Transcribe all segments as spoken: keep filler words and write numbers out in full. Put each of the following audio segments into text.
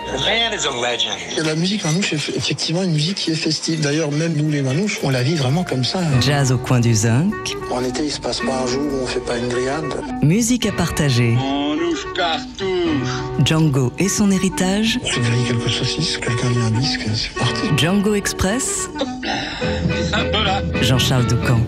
The man is a legend. Et la musique manouche est effectivement une musique qui est festive. D'ailleurs, même nous les manouches, on la vit vraiment comme ça. Jazz au coin du zinc. En été, il se passe pas un jour où on fait pas une grillade. Musique à partager. Manouche cartouche. Django et son héritage. On fait griller quelques saucisses, quelqu'un lit un bisque, c'est parti. Django Express. Un peu là. Jean-Charles Doucan.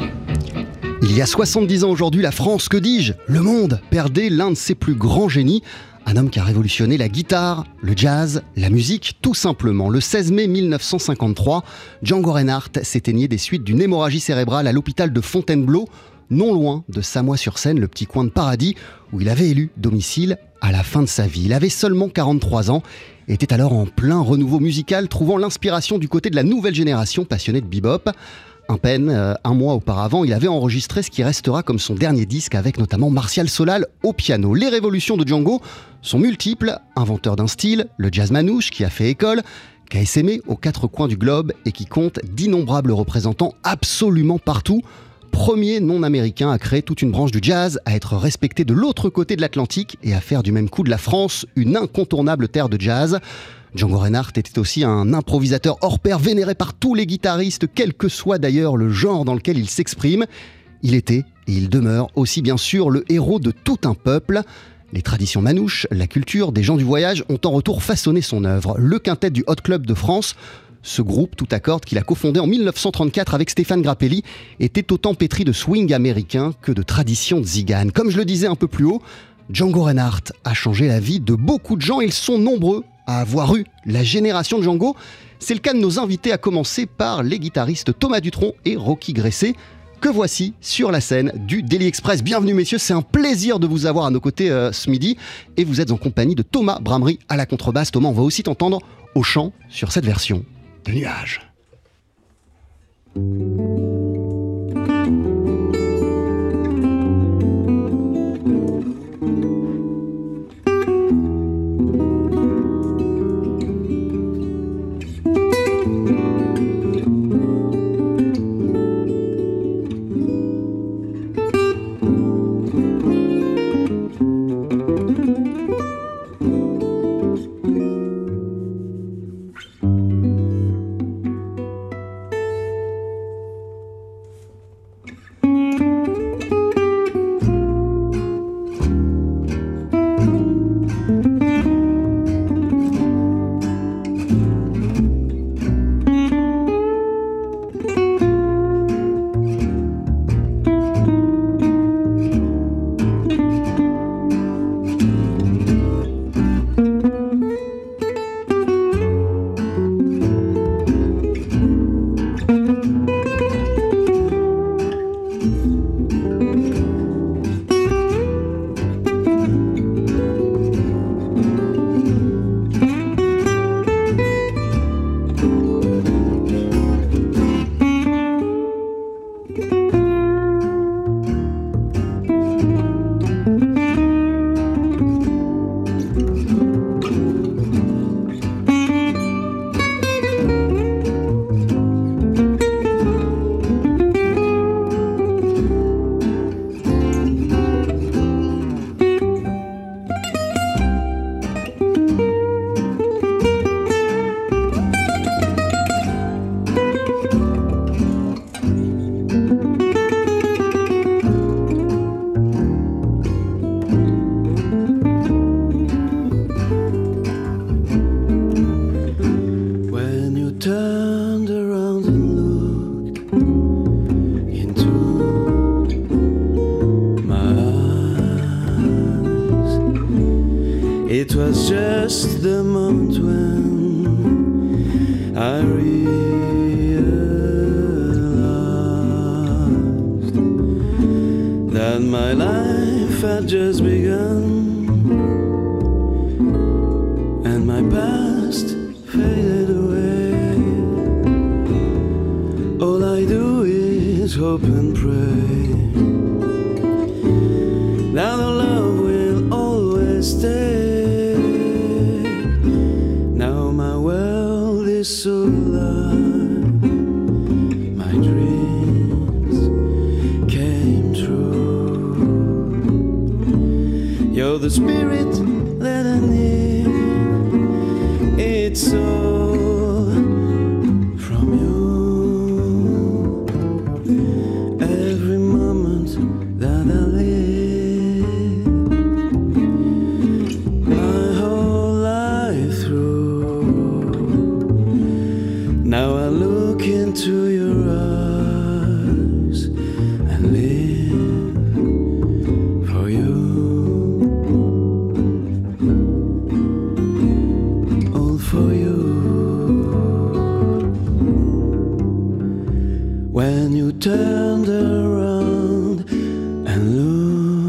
Il y a soixante-dix ans aujourd'hui, la France, que dis-je, le monde, perdait l'un de ses plus grands génies. Un homme qui a révolutionné la guitare, le jazz, la musique, tout simplement. Le seize mai mille neuf cent cinquante-trois, Django Reinhardt s'éteignait des suites d'une hémorragie cérébrale à l'hôpital de Fontainebleau, non loin de Samois-sur-Seine, le petit coin de paradis où il avait élu domicile à la fin de sa vie. Il avait seulement quarante-trois ans et était alors en plein renouveau musical, trouvant l'inspiration du côté de la nouvelle génération passionnée de bebop. À peine euh, un mois auparavant, il avait enregistré ce qui restera comme son dernier disque avec notamment Martial Solal au piano. Les révolutions de Django sont multiples, inventeur d'un style, le jazz manouche qui a fait école, qui a essaimé aux quatre coins du globe et qui compte d'innombrables représentants absolument partout. Premier non-américain à créer toute une branche du jazz, à être respecté de l'autre côté de l'Atlantique et à faire du même coup de la France une incontournable terre de jazz. Django Reinhardt était aussi un improvisateur hors pair, vénéré par tous les guitaristes, quel que soit d'ailleurs le genre dans lequel il s'exprime. Il était, et il demeure aussi bien sûr, le héros de tout un peuple. Les traditions manouches, la culture des gens du voyage ont en retour façonné son œuvre. Le quintet du Hot Club de France, ce groupe tout à cordes qu'il a cofondé en mille neuf cent trente-quatre avec Stéphane Grappelli, était autant pétri de swing américain que de tradition de zigane. Comme je le disais un peu plus haut, Django Reinhardt a changé la vie de beaucoup de gens. Ils sont nombreux à avoir eu la génération de Django. C'est le cas de nos invités, à commencer par les guitaristes Thomas Dutronc et Rocky Gresset, que voici sur la scène du Daily Express. Bienvenue messieurs, c'est un plaisir de vous avoir à nos côtés euh, ce midi. Et vous êtes en compagnie de Thomas Bramery à la contrebasse. Thomas, on va aussi t'entendre au chant sur cette version de Nuages. It was just the moment when I realized that my life had just begun and my past faded away. All I do is hope and pray that the love will always stay. So alive, my dreams came true. You're the spirit that I need need so from you. Every moment that I live, my whole life through. Now I look into your eyes and live for you. All for you. When you turned around and looked,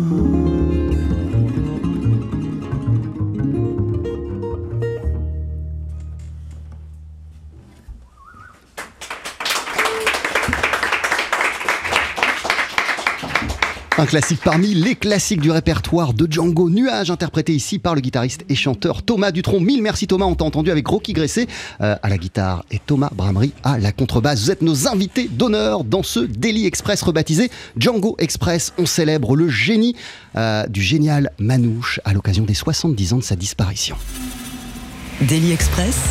Un classique parmi les classiques du répertoire de Django, Nuage, interprété ici par le guitariste et chanteur Thomas Dutronc. Mille merci Thomas, on t'a entendu avec Rocky Gresset euh, à la guitare et Thomas Bramery à la contrebasse. Vous êtes nos invités d'honneur dans ce Daily Express rebaptisé Django Express. On célèbre le génie euh, du génial Manouche à l'occasion des soixante-dix ans de sa disparition. Daily Express,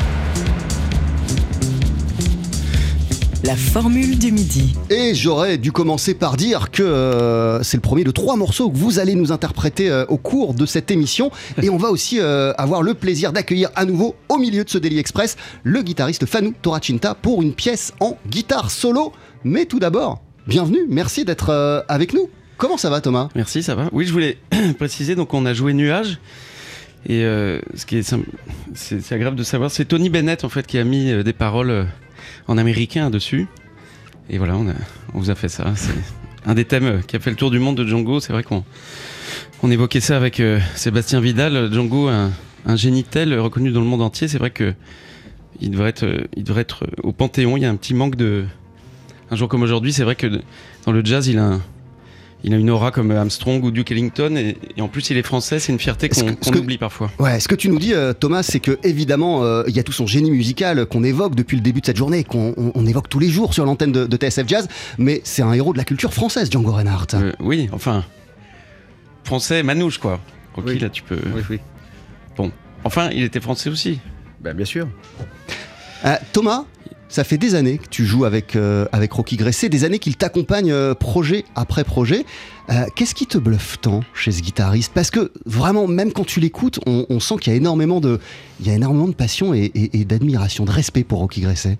la formule du midi. Et j'aurais dû commencer par dire que euh, c'est le premier de trois morceaux que vous allez nous interpréter euh, au cours de cette émission. Et on va aussi euh, avoir le plaisir d'accueillir à nouveau, au milieu de ce Daily Express, le guitariste Fanu Toracinta pour une pièce en guitare solo. Mais tout d'abord, bienvenue, merci d'être euh, avec nous. Comment ça va Thomas ? Merci, ça va. Oui, je voulais préciser, donc on a joué Nuage. Et euh, ce qui est, c'est, c'est agréable de savoir, c'est Tony Bennett en fait qui a mis euh, des paroles euh, en américain dessus. Et voilà, on, a, on vous a fait ça. C'est un des thèmes qui a fait le tour du monde de Django. C'est vrai qu'on on évoquait ça avec euh, Sébastien Vidal. Django, un, un génie tel, reconnu dans le monde entier. C'est vrai que il devrait être, il devrait être au Panthéon. Il y a un petit manque de... Un jour comme aujourd'hui, c'est vrai que dans le jazz, il a un... Il a une aura comme Armstrong ou Duke Ellington et, et en plus il est français, c'est une fierté qu'on, qu'on que, oublie parfois. Ouais, ce que tu nous dis euh, Thomas, c'est que évidemment euh, il y a tout son génie musical qu'on évoque depuis le début de cette journée, qu'on on, on évoque tous les jours sur l'antenne de, de T S F Jazz, mais c'est un héros de la culture française, Django Reinhardt. Euh, oui, enfin, français, Manouche quoi. Rocky, oui. Là tu peux... Oui, oui. Bon, enfin il était français aussi. Ben, bien sûr. Euh, Thomas, ça fait des années que tu joues avec, euh, avec Rocky Gresset, des années qu'il t'accompagne euh, projet après projet. Euh, qu'est-ce qui te bluffe tant chez ce guitariste ? Parce que vraiment, même quand tu l'écoutes, on, on sent qu'il y a énormément de, il y a énormément de passion et, et, et d'admiration, de respect pour Rocky Gresset.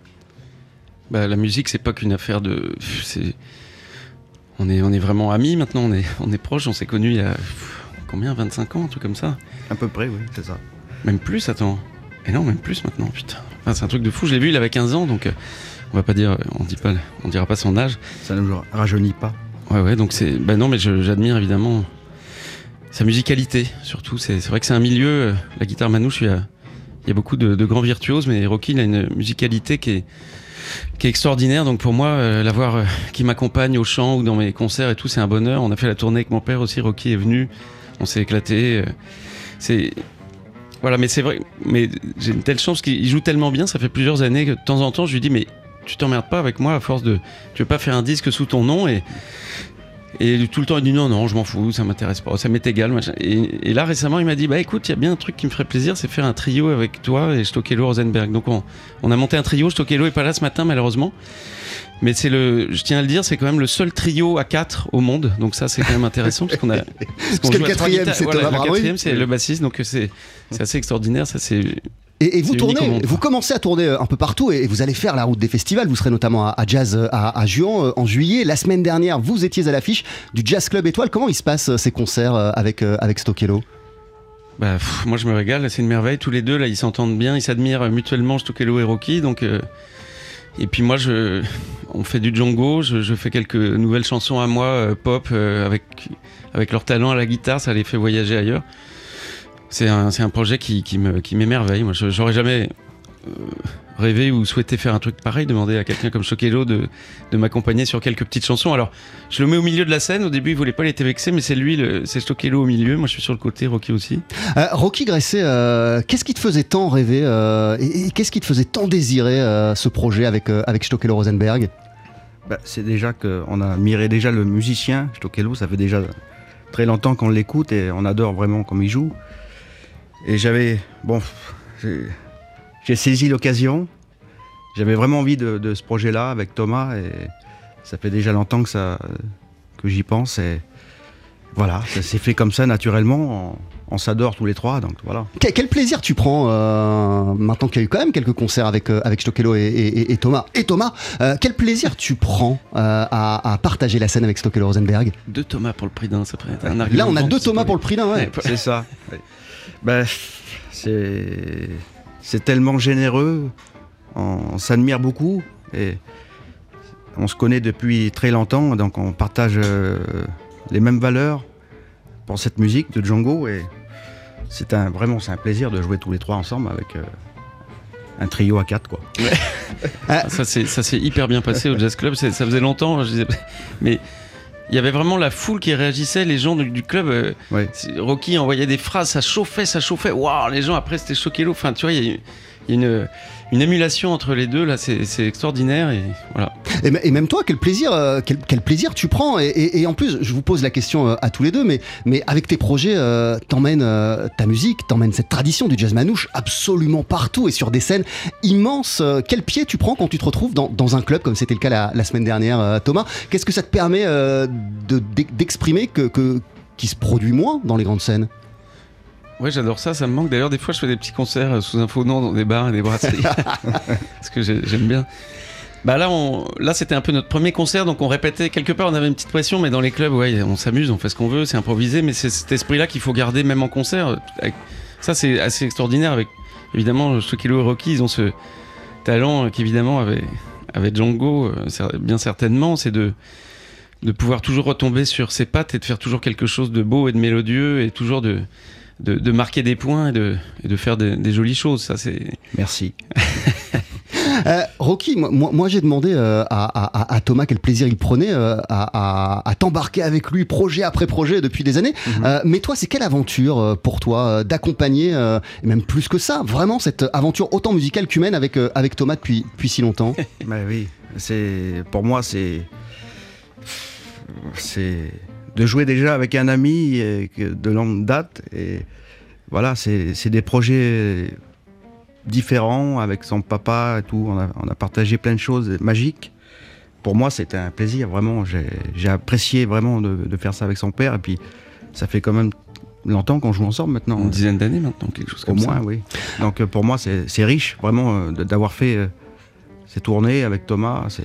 Bah, la musique, c'est pas qu'une affaire de... C'est... On, est, on est vraiment amis maintenant, on est, on est proches, on s'est connus il y a combien, vingt-cinq ans, un truc comme ça ? À peu près, oui, c'est ça. Même plus, attends. Et non, même plus maintenant, putain. Enfin, c'est un truc de fou, je l'ai vu, il avait quinze ans, donc euh, on va pas dire, on dit pas, on dira pas son âge. Ça ne nous rajeunit pas. Ouais, ouais, donc c'est... Bah non, mais je, j'admire évidemment sa musicalité, surtout. C'est, c'est vrai que c'est un milieu, euh, la guitare manouche, il y a, il y a beaucoup de, de grands virtuoses, mais Rocky, il a une musicalité qui est, qui est extraordinaire. Donc pour moi, euh, l'avoir, euh, qui m'accompagne au chant ou dans mes concerts et tout, c'est un bonheur. On a fait la tournée avec mon père aussi, Rocky est venu, on s'est éclaté. Euh, c'est... Voilà, mais c'est vrai, mais j'ai une telle chance qu'il joue tellement bien, ça fait plusieurs années que de temps en temps, je lui dis, mais tu t'emmerdes pas avec moi à force de... Tu veux pas faire un disque sous ton nom et... Et tout le temps, il dit non, non, je m'en fous, ça m'intéresse pas, ça m'est égal. Machin. Et, et là, récemment, il m'a dit, bah écoute, il y a bien un truc qui me ferait plaisir, c'est faire un trio avec toi et Stokelo Rosenberg. Donc on, on a monté un trio, Stokelo est pas là ce matin, malheureusement. Mais c'est le, je tiens à le dire, c'est quand même le seul trio à quatre au monde. Donc ça, c'est quand même intéressant parce qu'on a. Parce, parce que le quatrième, c'est voilà, Thomas le quatrième, oui. c'est le bassiste. Donc c'est, c'est assez extraordinaire. Ça, c'est. Et, et vous tournez, vous commencez à tourner un peu partout et vous allez faire la route des festivals. Vous serez notamment à, à Jazz à, à Juan en juillet. La semaine dernière, vous étiez à l'affiche du Jazz Club Étoile. Comment il se passe ces concerts avec avec Stokelo ? Bah, pff, moi je me régale, c'est une merveille. Tous les deux là, ils s'entendent bien, ils s'admirent mutuellement, Stokelo et Rocky. Donc euh... et puis moi, je, on fait du Django. Je, je fais quelques nouvelles chansons à moi, euh, pop, euh, avec avec leur talent à la guitare, ça les fait voyager ailleurs. C'est un, c'est un projet qui, qui, me, qui m'émerveille. Moi, je, j'aurais jamais euh, rêvé ou souhaité faire un truc pareil, demander à quelqu'un comme Stokelo de, de m'accompagner sur quelques petites chansons. Alors, je le mets au milieu de la scène. Au début, il voulait pas, il était vexé, mais c'est lui, le, c'est Stokelo au milieu. Moi, je suis sur le côté, Rocky aussi. Euh, Rocky Gresset, euh, qu'est-ce qui te faisait tant rêver euh, et, et qu'est-ce qui te faisait tant désirer euh, ce projet avec, euh, avec Stokelo Rosenberg ? Bah, c'est déjà qu'on admirait déjà le musicien, Stokelo. Ça fait déjà très longtemps qu'on l'écoute et on adore vraiment comme il joue. Et j'avais, bon, j'ai, j'ai saisi l'occasion. J'avais vraiment envie de, de ce projet-là avec Thomas et ça fait déjà longtemps que, ça, que j'y pense. Et voilà, ça s'est fait comme ça naturellement. On, on s'adore tous les trois, donc voilà. Quel, quel plaisir tu prends euh, maintenant qu'il y a eu quand même quelques concerts avec, euh, avec Stockello et, et, et Thomas. Et Thomas, euh, quel plaisir tu prends euh, à, à partager la scène avec Stockello Rosenberg? Deux Thomas pour le prix d'un, ça pourrait être un argument. Là, on a deux Thomas pour le prix d'un, ouais. C'est ça. Ouais. Ben, c'est, c'est tellement généreux. On, on s'admire beaucoup et on se connaît depuis très longtemps, donc on partage euh, les mêmes valeurs pour cette musique de Django et c'est un, vraiment c'est un plaisir de jouer tous les trois ensemble avec euh, un trio à quatre, quoi. Ah, ça, c'est, ça s'est hyper bien passé au Jazz Club, c'est, ça faisait longtemps, je disais, mais il y avait vraiment la foule qui réagissait, les gens du, du club. Euh, ouais. Rocky envoyait des phrases, ça chauffait, ça chauffait. Waouh, les gens après c'était Stockello. Enfin, tu vois, il y a, y a une, une émulation entre les deux là, c'est, c'est extraordinaire et voilà. Et, et même toi, quel plaisir, euh, quel, quel plaisir tu prends. Et, et, et en plus, je vous pose la question euh, à tous les deux, mais, mais avec tes projets, euh, t'emmènes euh, ta musique, t'emmènes cette tradition du jazz manouche absolument partout et sur des scènes immenses. Euh, quel pied tu prends quand tu te retrouves dans, dans un club comme c'était le cas la, la semaine dernière, euh, Thomas? Qu'est-ce que ça te permet euh, de, d'exprimer que, que, qui se produit moins dans les grandes scènes? Ouais, j'adore ça, ça me manque. D'ailleurs, des fois, je fais des petits concerts sous un faux nom dans des bars et des brasseries. Parce que j'ai, j'aime bien. Bah là, on, là, c'était un peu notre premier concert, donc on répétait quelque part, on avait une petite pression, mais dans les clubs, ouais, on s'amuse, on fait ce qu'on veut, c'est improvisé, mais c'est cet esprit-là qu'il faut garder même en concert. Ça, c'est assez extraordinaire. Avec évidemment, Stockello et Rocky, ils ont ce talent qu'évidemment avait, avait Django, bien certainement, c'est de de pouvoir toujours retomber sur ses pattes et de faire toujours quelque chose de beau et de mélodieux et toujours de de, de marquer des points et de, et de faire des, des jolies choses. Ça, c'est... Merci. Euh, Rocky, moi, moi j'ai demandé euh, à, à, à Thomas quel plaisir il prenait euh, à, à, à t'embarquer avec lui projet après projet depuis des années. Mm-hmm. Euh, mais toi, c'est quelle aventure euh, pour toi euh, d'accompagner, euh, et même plus que ça, vraiment cette aventure autant musicale qu'humaine avec, euh, avec Thomas depuis, depuis si longtemps? Bah oui, c'est, pour moi, c'est, c'est de jouer déjà avec un ami de longue date. Et voilà, c'est, c'est des projets différents avec son papa et tout. On a, on a partagé plein de choses magiques. Pour moi, c'était un plaisir, vraiment. J'ai, j'ai apprécié vraiment de, de faire ça avec son père. Et puis, ça fait quand même longtemps qu'on joue ensemble maintenant. Une dizaine d'années maintenant, quelque chose comme ça. Au moins, oui. Donc, pour moi, c'est, c'est riche, vraiment, d'avoir fait euh, ces tournées avec Thomas. C'est,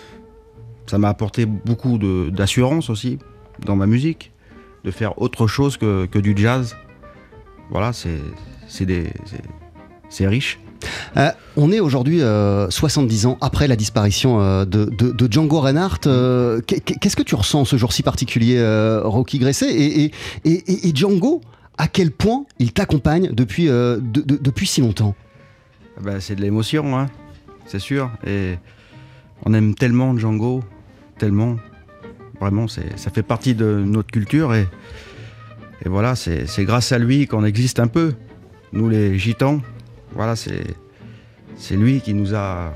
ça m'a apporté beaucoup de, d'assurance aussi dans ma musique, de faire autre chose que, que du jazz. Voilà, c'est, c'est des... C'est, c'est riche. Euh, on est aujourd'hui euh, soixante-dix ans après la disparition euh, de, de, de Django Reinhardt. Euh, qu'est-ce que tu ressens ce jour si particulier, euh, Rocky Gresset, et, et, et, et Django, à quel point il t'accompagne depuis, euh, de, de, depuis si longtemps? Ben, c'est de l'émotion, hein, c'est sûr. Et on aime tellement Django, tellement. Vraiment, c'est, ça fait partie de notre culture. Et, et voilà, c'est, c'est grâce à lui qu'on existe un peu. Nous, les Gitans. Voilà, c'est, c'est lui qui nous a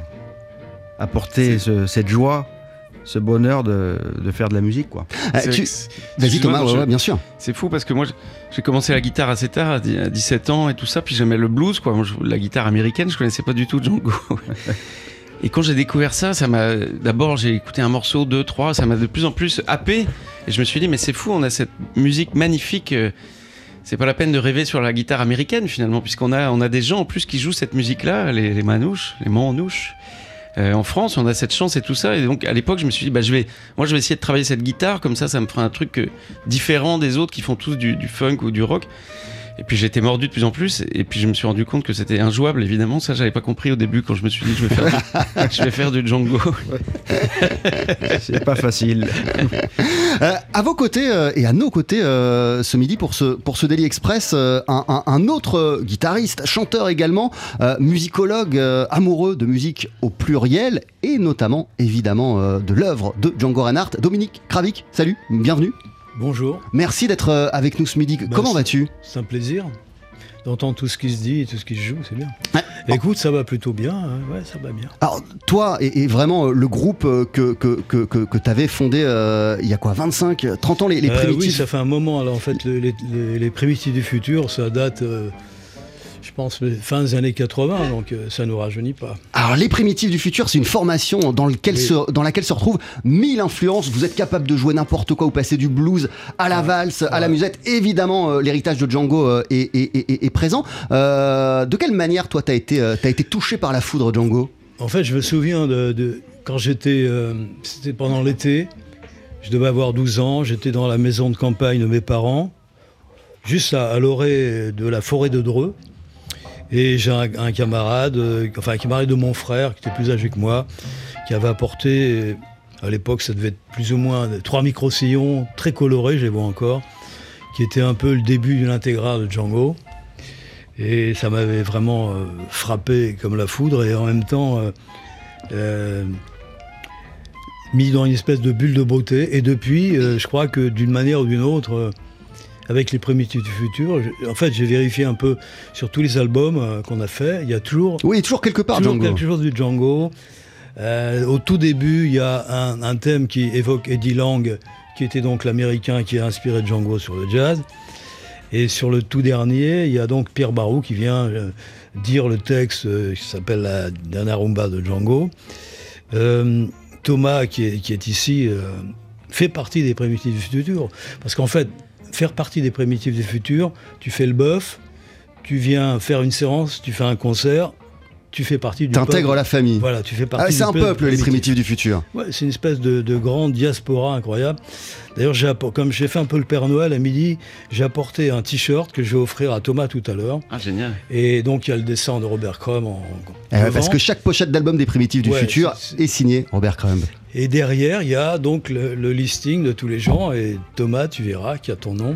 apporté ce, cette joie, ce bonheur de, de faire de la musique, quoi. Euh, tu... Vas-y Thomas, ouais, ouais, bien sûr. C'est fou parce que moi, j'ai commencé la guitare assez tard, à dix-sept ans et tout ça, puis j'aimais le blues, quoi. Moi, je, la guitare américaine, je connaissais pas du tout Django. Et quand j'ai découvert ça, ça m'a... D'abord, j'ai écouté un morceau, deux, trois, ça m'a de plus en plus happé. Et je me suis dit, mais c'est fou, on a cette musique magnifique... C'est pas la peine de rêver sur la guitare américaine finalement, puisqu'on a, on a des gens en plus qui jouent cette musique-là, les, les manouches, les manouches. Euh, en France, on a cette chance et tout ça. Et donc à l'époque, je me suis dit, bah, je vais, moi je vais essayer de travailler cette guitare, comme ça, ça me fera un truc euh, différent des autres qui font tous du, du funk ou du rock. Et puis j'ai été mordu de plus en plus, et puis je me suis rendu compte que c'était injouable, évidemment. Ça, j'avais pas compris au début quand je me suis dit, je vais faire du, je vais faire du Django. C'est pas facile. Euh, à vos côtés euh, et à nos côtés euh, ce midi pour ce, pour ce Daily Express, euh, un, un, un autre euh, guitariste, chanteur également, euh, musicologue, euh, amoureux de musique au pluriel et notamment évidemment euh, de l'œuvre de Django Reinhardt, Dominique Kravik. Salut, bienvenue. Bonjour. Merci d'être euh, avec nous ce midi. Ben, Comment vas-tu ? C'est un plaisir d'entendre tout ce qui se dit et tout ce qui se joue, c'est bien. Ouais. Écoute, ça va plutôt bien, hein. Ouais, ça va bien. Alors, toi et, et vraiment euh, le groupe euh, que, que, que, que, que tu avais fondé euh, il y a quoi, vingt-cinq, trente ans, les, les euh, Primitifs ? Oui, ça fait un moment. Alors, en fait, le, les, les, les Primitifs du futur, ça date... Euh, je pense, fin des années quatre-vingts, donc euh, ça ne nous rajeunit pas. Alors, les Primitifs du Futur, c'est une formation dans, lequel Oui. se, dans laquelle se retrouvent mille influences. Vous êtes capable de jouer n'importe quoi, vous passez du blues à la valse, à la musette. Évidemment, euh, l'héritage de Django euh, est, est, est, est présent. Euh, de quelle manière, toi, t'as été, euh, t'as été touché par la foudre, Django ? En fait, je me souviens de, de quand j'étais, euh, c'était pendant l'été, je devais avoir douze ans, j'étais dans la maison de campagne de mes parents, juste à, à l'orée de la forêt de Dreux. Et j'ai un, un camarade, euh, enfin un camarade de mon frère, qui était plus âgé que moi, qui avait apporté, à l'époque ça devait être plus ou moins trois micro-sillons très colorés, je les vois encore, qui étaient un peu le début d'une intégrale de Django. Et ça m'avait vraiment euh, frappé comme la foudre, et en même temps euh, euh, mis dans une espèce de bulle de beauté. Et depuis, euh, je crois que d'une manière ou d'une autre, euh, avec les Primitifs du Futur, je, en fait j'ai vérifié un peu sur tous les albums euh, qu'on a fait, il y a toujours, Oui, toujours quelque part, toujours Django. quelque chose du Django. Euh, au tout début, il y a un, un thème qui évoque Eddie Lang, qui était donc l'américain qui a inspiré Django sur le jazz. Et sur le tout dernier, il y a donc Pierre Barou qui vient euh, dire le texte euh, qui s'appelle la dernière rumba de Django. Euh, Thomas, qui est, qui est ici, euh, fait partie des Primitifs du Futur. Parce qu'en fait, faire partie des Primitifs du Futur, tu fais le bœuf, tu viens faire une séance, tu fais un concert, tu fais partie du T'intègres peuple. la famille. Voilà, tu fais partie Ah, du c'est un peuple, les primitif. Primitifs du Futur. Ouais, c'est une espèce de, de grande diaspora incroyable. D'ailleurs, j'ai appor- comme j'ai fait un peu le Père Noël à midi, j'ai apporté un t-shirt que je vais offrir à Thomas tout à l'heure. Ah, génial. Et donc, il y a le dessin de Robert Crumb en, en Eh ouais, devant. parce que chaque pochette d'album des Primitifs du Ouais, Futur c'est- c'est- est signée Robert Crumb. Et derrière, il y a donc le, le listing de tous les gens. Et Thomas, tu verras qu'il y a ton nom.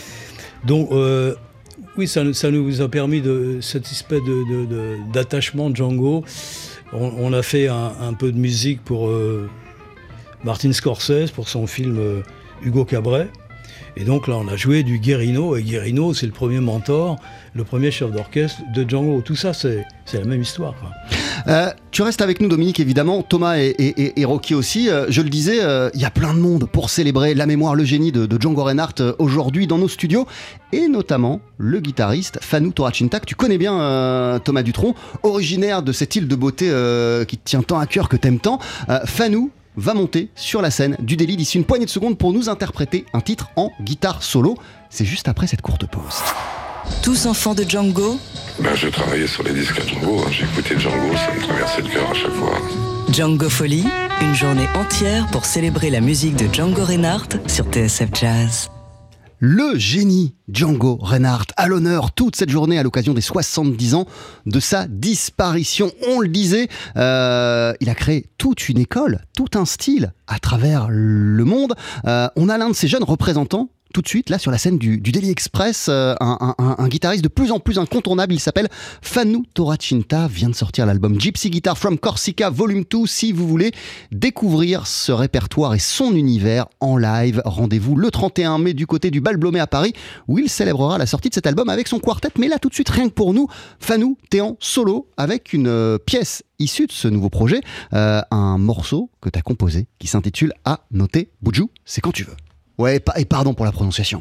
Donc, euh, oui, ça, ça nous a permis de cette espèce de, de- de- d'attachement de Django. On, on a fait un, un peu de musique pour euh, Martin Scorsese, pour son film euh, Hugo Cabret. Et donc là, on a joué du Guerino. Et Guerino, c'est le premier mentor, le premier chef d'orchestre de Django. Tout ça, c'est, c'est la même histoire, quoi. Euh, tu restes avec nous, Dominique, évidemment. Thomas et, et- et- et Rocky aussi. Euh, je le disais, euh, il y a plein de monde pour célébrer la mémoire, le génie de, de Django Reinhardt euh, aujourd'hui dans nos studios. Et notamment le guitariste Fanou Toracinta, que tu connais bien, euh, Thomas Dutronc, originaire de cette île de beauté euh, qui te tient tant à cœur, que t'aimes tant. Euh, Fanou va monter sur la scène du Délit d'ici une poignée de secondes pour nous interpréter un titre en guitare solo. C'est juste après cette courte pause. Tous enfants de Django, Ben, je travaillais sur les disques à Django, hein. J'écoutais Django, ça me traversait le cœur à chaque fois. Django Folie, une journée entière pour célébrer la musique de Django Reinhardt sur T S F Jazz. Le génie Django Reinhardt à l'honneur toute cette journée à l'occasion des soixante-dix ans de sa disparition. On le disait, euh, il a créé toute une école, tout un style à travers le monde. Euh, on a l'un de ces jeunes représentants tout de suite là sur la scène du, du Daily Express, euh, un, un, un guitariste de plus en plus incontournable. Il s'appelle Fanou Toracinta, vient de sortir l'album Gypsy Guitar from Corsica Volume deux. Si vous voulez découvrir ce répertoire et son univers en live, rendez-vous le trente et un mai du côté du Bal Blomet à Paris, où il célébrera la sortie de cet album avec son quartet. Mais là tout de suite, rien que pour nous, Fanou, t'es en solo avec une euh, pièce issue de ce nouveau projet, euh, un morceau que t'as composé qui s'intitule À noter Boudjou, c'est quand tu veux. Ouais, et pa- et pardon pour la prononciation.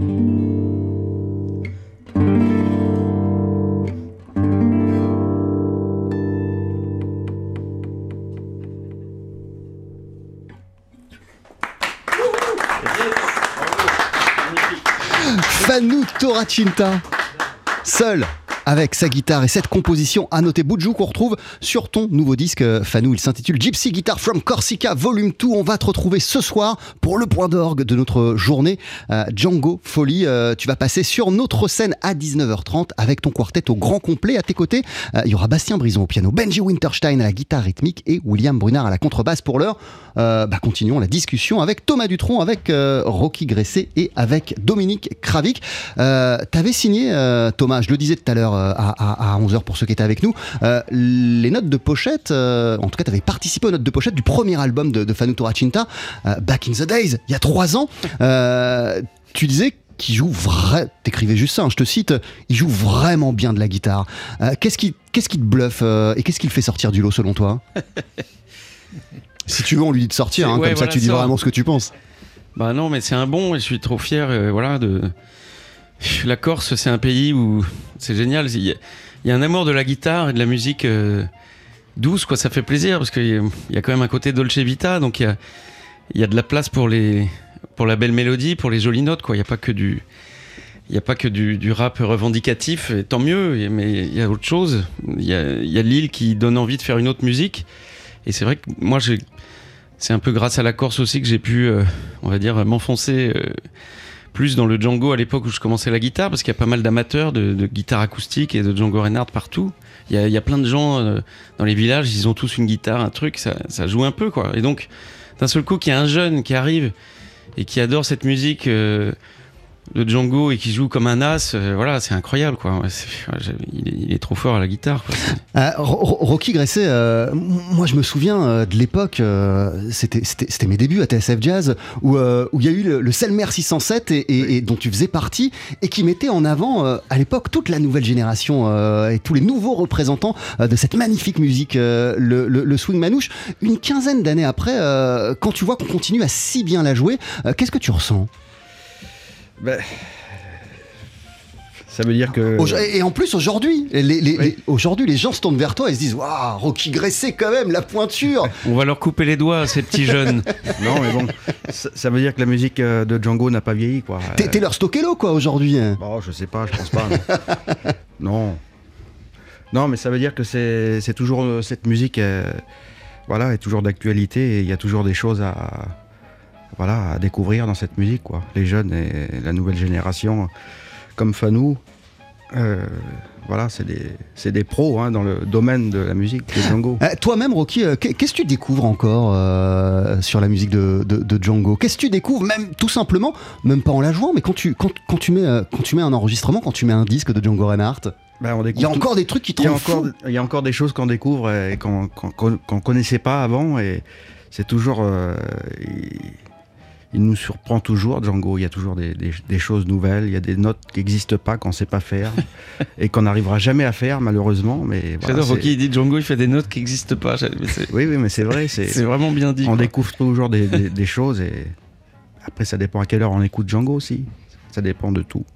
Fanou Toracinta, seul avec sa guitare et cette composition à noter Buju qu'on retrouve sur ton nouveau disque Fanou. Il s'intitule Gypsy Guitar from Corsica Volume deux. On va te retrouver ce soir pour le point d'orgue de notre journée. Euh, Django Folie, euh, tu vas passer sur notre scène à dix-neuf heures trente avec ton quartet au grand complet. À tes côtés, euh, il y aura Bastien Brison au piano, Benji Winterstein à la guitare rythmique et William Brunard à la contrebasse. Pour l'heure, euh, bah, continuons la discussion avec Thomas Dutronc, avec euh, Rocky Gresset et avec Dominique Kravik. Euh, t'avais signé, euh, Thomas, je le disais tout à l'heure, À, à, à onze heures pour ceux qui étaient avec nous, euh, les notes de pochette, euh, en tout cas tu avais participé aux notes de pochette du premier album de, de Fanou Toracinta, euh, Back in the Days, il y a trois ans. Euh, tu disais qu'il joue vrai, t'écrivais juste ça, hein, je te cite, il joue vraiment bien de la guitare. Euh, qu'est-ce qui, qu'est-ce qui te bluffe euh, et qu'est-ce qui le fait sortir du lot selon toi? Si tu veux, on lui dit de sortir, hein, ouais, comme voilà, ça tu dis ça. vraiment ce que tu penses. Bah non, mais c'est un bon et je suis trop fier, euh, voilà, de... La Corse, c'est un pays où c'est génial. Il y, a, il y a un amour de la guitare et de la musique euh, douce, quoi. Ça fait plaisir parce qu'il y, y a quand même un côté Dolce Vita, donc il y a, il y a de la place pour les, pour la belle mélodie, pour les jolies notes, quoi. Il n'y a pas que du, il n'y a pas que du, du rap revendicatif, et tant mieux. Mais il y a autre chose. Il y a, il y a l'île qui donne envie de faire une autre musique. Et c'est vrai que moi, j'ai, c'est un peu grâce à la Corse aussi que j'ai pu, euh, on va dire, m'enfoncer. Euh, plus dans le Django à l'époque où je commençais la guitare, parce qu'il y a pas mal d'amateurs de, de guitare acoustique et de Django Reinhardt partout. Il y a, il y a plein de gens euh, dans les villages, ils ont tous une guitare, un truc, ça, ça joue un peu, quoi. Et donc, d'un seul coup, qu'il y a un jeune qui arrive et qui adore cette musique euh, de Django et qui joue comme un as, euh, voilà, c'est incroyable, quoi. Ouais, c'est, il, est, il est trop fort à la guitare, quoi. Euh, Rocky Gresset, euh, moi je me souviens euh, de l'époque, euh, c'était, c'était, c'était mes débuts à T S F Jazz, où euh, où il y a eu le, le Selmer six cent sept et, et, et dont tu faisais partie, et qui mettait en avant euh, à l'époque toute la nouvelle génération euh, et tous les nouveaux représentants euh, de cette magnifique musique, euh, le, le, le swing manouche. Une quinzaine d'années après, euh, quand tu vois qu'on continue à si bien la jouer, euh, qu'est-ce que tu ressens? Ben, ça veut dire que... Et en plus, aujourd'hui, les, les, oui. les, aujourd'hui, les gens se tournent vers toi et se disent « Waouh, Rocky Gresset quand même, la pointure !» On va leur couper les doigts, ces petits jeunes. Non, mais bon, ça, ça veut dire que la musique de Django n'a pas vieilli, quoi. T'es, t'es leur Stockello, quoi, aujourd'hui. Bon, je sais pas, je pense pas. Non. non. Non, mais ça veut dire que c'est, c'est toujours... Cette musique, euh, voilà, est toujours d'actualité et il y a toujours des choses à... Voilà, à découvrir dans cette musique, quoi. Les jeunes et la nouvelle génération, comme Fanou, euh, voilà, c'est des, c'est des pros hein, dans le domaine de la musique, de Django. Euh, toi-même, Rocky, euh, qu'est-ce que tu découvres encore euh, sur la musique de, de, de Django? Qu'est-ce que tu découvres, même tout simplement, même pas en la jouant, mais quand tu, quand, quand, tu mets, euh, quand tu mets un enregistrement, quand tu mets un disque de Django Reinhardt? Ben, il y a encore tout... des trucs qui te rendent fou. Il y a encore des choses qu'on découvre et qu'on, qu'on, qu'on, qu'on connaissait pas avant, et c'est toujours... Euh, il... Il nous surprend toujours, Django. Il y a toujours des, des, des choses nouvelles. Il y a des notes qui n'existent pas, qu'on ne sait pas faire et qu'on n'arrivera jamais à faire, malheureusement. Mais voilà, j'adore Rocky, il dit Django, il fait des notes qui n'existent pas. Mais c'est... Oui, oui, mais c'est vrai. C'est, c'est vraiment bien dit. On quoi. découvre toujours des, des, des choses et après, ça dépend à quelle heure on écoute Django aussi. Ça dépend de tout.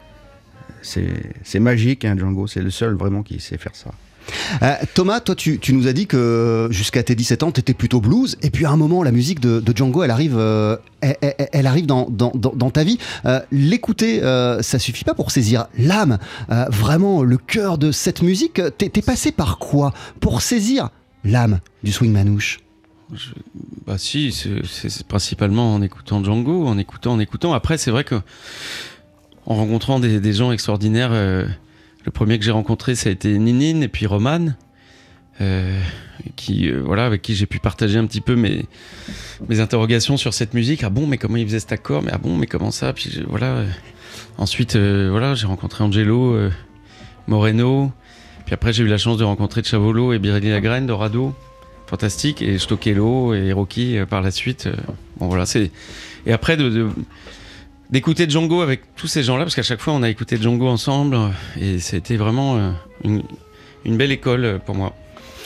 C'est, c'est magique, hein, Django. C'est le seul vraiment qui sait faire ça. Euh, Thomas, toi tu, tu nous as dit que jusqu'à tes dix-sept ans t'étais plutôt blues, et puis à un moment la musique de, de Django elle arrive, euh, elle, elle, elle arrive dans, dans, dans ta vie. Euh, l'écouter euh, ça suffit pas pour saisir l'âme, euh, vraiment le cœur de cette musique. T'es, t'es passé par quoi pour saisir l'âme du swing manouche? Je, bah si, c'est, c'est, c'est principalement en écoutant Django, en écoutant, en écoutant. Après c'est vrai que en rencontrant des, des gens extraordinaires, euh, le premier que j'ai rencontré, ça a été Ninine et puis Roman, euh, qui, euh, voilà, avec qui j'ai pu partager un petit peu mes, mes interrogations sur cette musique. Ah bon, mais comment il faisait cet accord? Mais ah bon, mais comment ça? Puis je, voilà. Ensuite, euh, voilà, j'ai rencontré Angelo, euh, Moreno. Puis après, j'ai eu la chance de rencontrer Chavolo et Birelli Lagraine, Dorado. Fantastique. Et Stockello et Rocky euh, par la suite. Euh, bon, voilà, c'est... Et après, de... de d'écouter Django avec tous ces gens-là, parce qu'à chaque fois on a écouté Django ensemble, et c'était vraiment une, une belle école pour moi.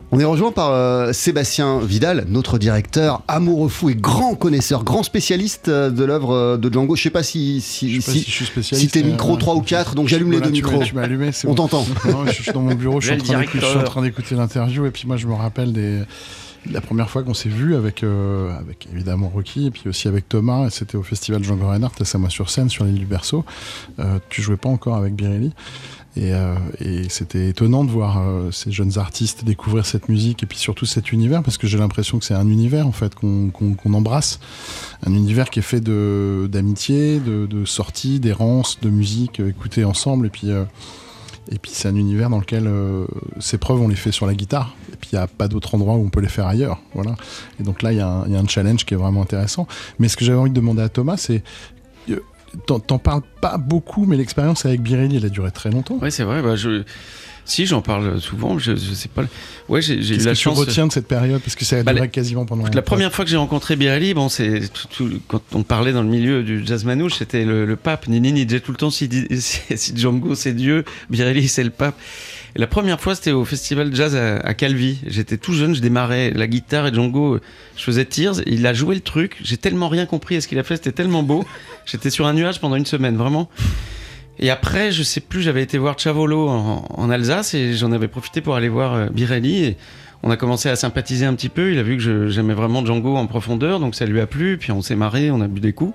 On est rejoint par euh, Sébastien Vidal, notre directeur, amoureux fou et grand connaisseur, grand spécialiste euh, de l'œuvre euh, de Django. Je sais pas si si, je sais pas si, si je suis spécialiste. Si t'es micro euh, trois ou quatre, donc j'allume voilà, les deux tu micros. m'as- Tu m'as allumé, c'est On bon. t'entend. Non, je suis dans mon bureau, je suis, en Le train d'écouter, je suis en directeur. train d'écouter l'interview et puis moi je me rappelle des la première fois qu'on s'est vu avec euh, avec évidemment Rocky et puis aussi avec Thomas, et c'était au festival Django Reinhardt à Samois-sur-Seine sur l'île du Berceau. Euh, tu jouais pas encore avec Birelli. Et, euh, et c'était étonnant de voir euh, ces jeunes artistes découvrir cette musique et puis surtout cet univers, parce que j'ai l'impression que c'est un univers en fait qu'on, qu'on, qu'on embrasse, un univers qui est fait de, d'amitié, de, de sorties, d'errance, de musique euh, écoutée ensemble, et puis, euh, et puis c'est un univers dans lequel euh, ces preuves on les fait sur la guitare, et puis il n'y a pas d'autre endroit où on peut les faire ailleurs, voilà. Et donc là il y, y a un challenge qui est vraiment intéressant. Mais ce que j'avais envie de demander à Thomas, c'est euh, T'en, t'en parles pas beaucoup, mais l'expérience avec Birelli, elle a duré très longtemps. Ouais, c'est vrai. Bah, je... Si, j'en parle souvent. Je, je sais pas. Ouais, j'ai, j'ai eu Qu'est-ce la que chance. tu retiens de cette période, parce que ça a Bah, duré la... quasiment pendant. La première fois que j'ai rencontré Birelli, bon, c'est tout, tout, quand on parlait dans le milieu du jazz manouche, c'était le, le pape. Nini, il disait tout le temps si, si, si Django c'est Dieu, Birelli c'est le pape. Et la première fois, c'était au festival jazz à, à Calvi. J'étais tout jeune, je démarrais la guitare et Django, je faisais Tears. Il a joué le truc. J'ai tellement rien compris à ce qu'il a fait. C'était tellement beau. J'étais sur un nuage pendant une semaine, vraiment. Et après, je sais plus, j'avais été voir Chavolo en, en Alsace et j'en avais profité pour aller voir euh, Birelli. Et on a commencé à sympathiser un petit peu. Il a vu que je, j'aimais vraiment Django en profondeur, donc ça lui a plu. Puis on s'est marré, on a bu des coups.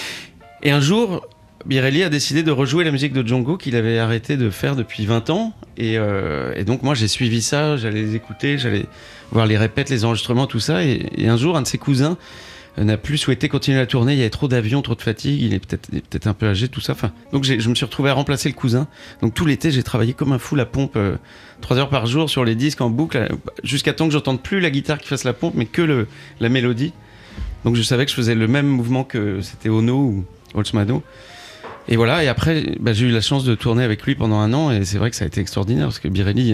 Et un jour, Birelli a décidé de rejouer la musique de Django qu'il avait arrêté de faire depuis vingt ans. Et, euh, et donc moi, j'ai suivi ça, j'allais les écouter, j'allais voir les répètes, les enregistrements, tout ça. Et, et un jour, un de ses cousins n'a plus souhaité continuer la tournée, il y avait trop d'avions, trop de fatigue, il est peut-être, il est peut-être un peu âgé, tout ça. Enfin, donc j'ai, je me suis retrouvé à remplacer le cousin. Donc tout l'été, j'ai travaillé comme un fou la pompe, euh, trois heures par jour sur les disques en boucle, euh, jusqu'à temps que j'entende plus la guitare qui fasse la pompe, mais que le, la mélodie. Donc je savais que je faisais le même mouvement que c'était Ono ou Holzmano. Et voilà, et après, bah, j'ai eu la chance de tourner avec lui pendant un an, et c'est vrai que ça a été extraordinaire, parce que Birelli,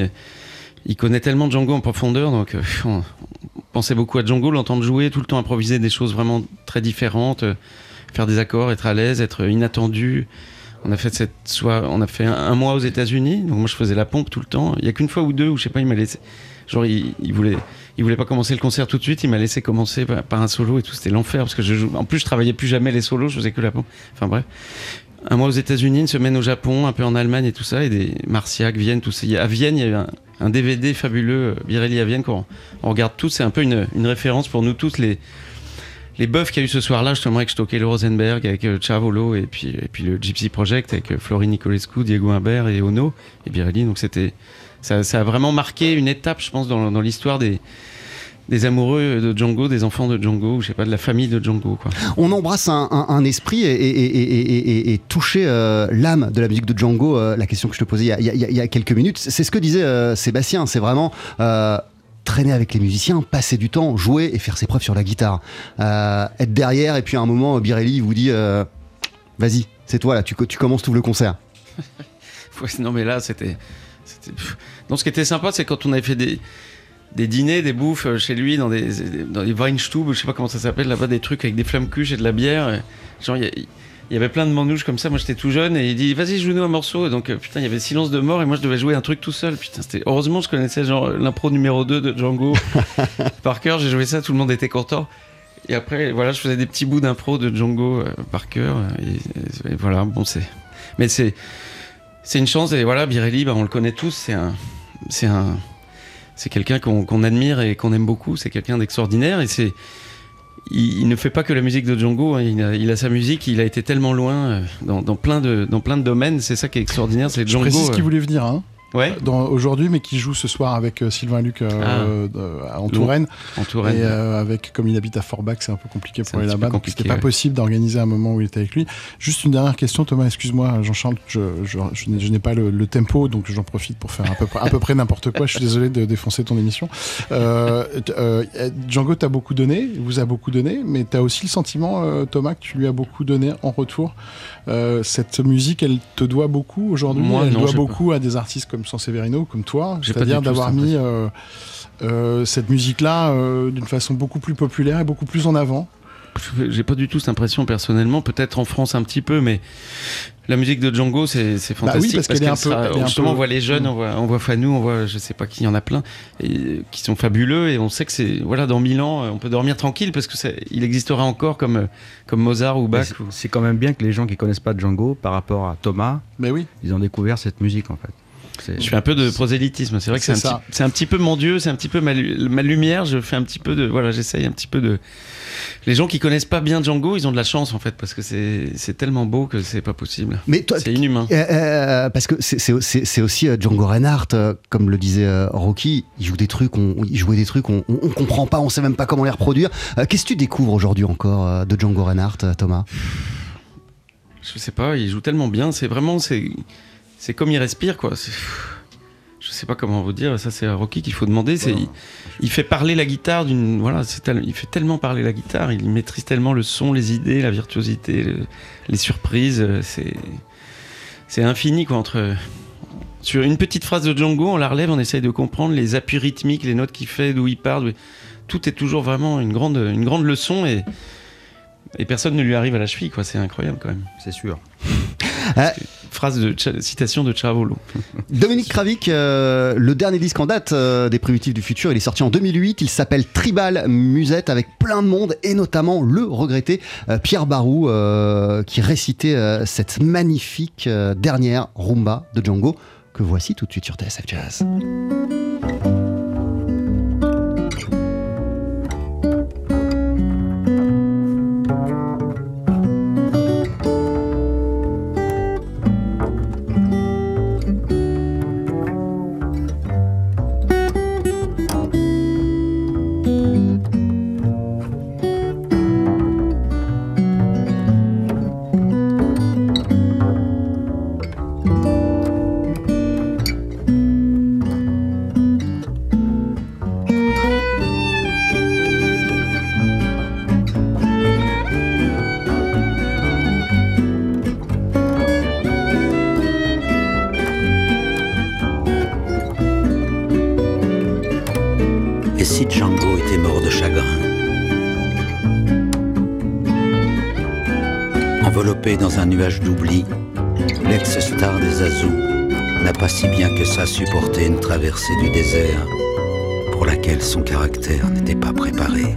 il connaît tellement Django en profondeur, donc euh, on, on pensait beaucoup à Django, l'entendre jouer, tout le temps improviser des choses vraiment très différentes, euh, faire des accords, être à l'aise, être inattendu. On a fait cette soit, on a fait un, un mois aux États-Unis, donc moi je faisais la pompe tout le temps. Il y a qu'une fois ou deux où je sais pas, il m'a laissé, genre il, il voulait, il voulait pas commencer le concert tout de suite, il m'a laissé commencer par, par un solo et tout, c'était l'enfer parce que je joue. En plus je travaillais plus jamais les solos, je faisais que la pompe. Enfin bref. Un mois aux États-Unis, une semaine au Japon, un peu en Allemagne et tout ça, et des Marciac, Vienne, tout ça. À Vienne, il y a eu un, un D V D fabuleux, Birelli à Vienne, qu'on on regarde tous. C'est un peu une, une référence pour nous tous, les, les bœufs qu'il y a eu ce soir-là, justement, avec Stockel Rosenberg, avec euh, Chavolo, et puis, et puis le Gypsy Project, avec euh, Florine Nicolescu, Diego Humbert et Ono, et Birelli. Donc c'était, ça, ça a vraiment marqué une étape, je pense, dans, dans l'histoire des. des amoureux de Django, des enfants de Django, ou je sais pas, de la famille de Django, quoi. On embrasse un, un, un esprit et, et, et, et, et, et toucher euh, l'âme de la musique de Django, euh, la question que je te posais il y a, il y a, il y a quelques minutes. C'est ce que disait euh, Sébastien, c'est vraiment euh, traîner avec les musiciens, passer du temps, jouer et faire ses preuves sur la guitare. Euh, être derrière, et puis à un moment, Birelli vous dit euh, vas-y, c'est toi là, tu, tu commences tout le concert. Ouais, non mais là, c'était... c'était... Non, ce qui était sympa, c'est quand on avait fait des... des dîners, des bouffes chez lui dans des, dans des Weinstube, je sais pas comment ça s'appelle là-bas, des trucs avec des flammes cuches et de la bière. Genre, il y, y avait plein de manouches comme ça. Moi, j'étais tout jeune et il dit vas-y, joue-nous un morceau. Et donc, euh, putain, il y avait silence de mort et moi, je devais jouer un truc tout seul. Putain, c'était heureusement, je connaissais genre l'impro numéro deux de Django par cœur. J'ai joué ça, tout le monde était content. Et après, voilà, je faisais des petits bouts d'impro de Django euh, par cœur. Et, et, et voilà, bon, c'est. Mais c'est, c'est une chance. Et voilà, Birelli, bah, on le connaît tous. C'est un. C'est un C'est quelqu'un qu'on, qu'on admire et qu'on aime beaucoup. C'est quelqu'un d'extraordinaire et c'est, il, il ne fait pas que la musique de Django. Hein. Il, a, il a sa musique. Il a été tellement loin dans, dans plein de dans plein de domaines. C'est ça qui est extraordinaire. C'est Django. Je précise qu'il voulait venir, hein. Ouais. Dans, aujourd'hui, mais qui joue ce soir avec euh, Sylvain Luc euh, Ah. euh, en Touraine. En Touraine. Et euh, avec, comme il habite à Forbach, c'est un peu compliqué C'est pour un aller petit peu là-bas. Donc compliqué, c'était pas ouais. possible d'organiser un moment où il était avec lui. Juste une dernière question, Thomas, excuse-moi, Jean-Charles, je, je, je, n'ai, je n'ai pas le, le tempo, donc j'en profite pour faire à peu près, à peu près n'importe quoi. Je suis désolé de défoncer ton émission. Euh, euh, Django t'a beaucoup donné, vous a beaucoup donné, mais t'as aussi le sentiment, euh, Thomas, que tu lui as beaucoup donné en retour. Euh, cette musique, elle te doit beaucoup aujourd'hui. Moi, elle non, doit j'ai beaucoup à des artistes comme Sanseverino, comme toi. J'ai pas C'est-à-dire du tout d'avoir cette mis euh, euh, cette musique-là euh, d'une façon beaucoup plus populaire et beaucoup plus en avant. j'ai pas du tout cette impression personnellement. Peut-être en France un petit peu, mais la musique de Django, c'est, c'est fantastique. Bah oui, parce, parce qu'elle est un peu, sera, elle est justement, un peu... on voit les jeunes, on voit, on voit Fanou, on voit, je sais pas qui, il y en a plein, et, qui sont fabuleux, et on sait que c'est, voilà, dans mille ans, on peut dormir tranquille parce que c'est, il existera encore comme, comme Mozart ou Bach. C'est, ou... c'est quand même bien que les gens qui connaissent pas Django, par rapport à Thomas, mais oui, ils ont découvert cette musique en fait. C'est... Je fais un peu de prosélytisme. C'est vrai que c'est, c'est, un, petit, c'est un petit peu mon Dieu, c'est un petit peu ma, ma lumière. Je fais un petit peu de, voilà, j'essaye un petit peu de. Les gens qui connaissent pas bien Django, ils ont de la chance en fait, parce que c'est, c'est tellement beau que c'est pas possible. Mais toi, c'est inhumain. Euh, euh, parce que c'est, c'est, c'est, c'est aussi euh, Django Reinhardt, euh, comme le disait euh, Rocky, il joue des trucs, on, il jouait des trucs, on, on, on comprend pas, on sait même pas comment les reproduire. Euh, qu'est-ce que tu découvres aujourd'hui encore euh, de Django Reinhardt, Thomas ? Je sais pas, il joue tellement bien. C'est vraiment, c'est. C'est comme il respire, quoi. C'est... Je sais pas comment vous dire. Ça, c'est à Rocky qu'il faut demander. C'est... Il... il fait parler la guitare d'une. Voilà, c'est tel... il fait tellement parler la guitare. Il maîtrise tellement le son, les idées, la virtuosité, le... les surprises. C'est, c'est infini, quoi. Entre sur une petite phrase de Django, on la relève, on essaye de comprendre les appuis rythmiques, les notes qu'il fait, d'où il part. D'où... Tout est toujours vraiment une grande, une grande leçon et. Et personne ne lui arrive à la cheville, quoi. C'est incroyable, quand même. C'est sûr. Euh, Phrase de ch- citation de Charavolo. Dominique Kravik, euh, le dernier disque en date euh, des Primitifs du Futur, il est sorti en deux mille huit. Il s'appelle Tribal Musette, avec plein de monde et notamment le regretté euh, Pierre Barou euh, qui récitait euh, cette magnifique euh, dernière rumba de Django que voici tout de suite sur T S F Jazz. Et si Django était mort de chagrin? Enveloppé dans un nuage d'oubli, l'ex-star des Azous n'a pas si bien que ça supporté une traversée du désert pour laquelle son caractère n'était pas préparé.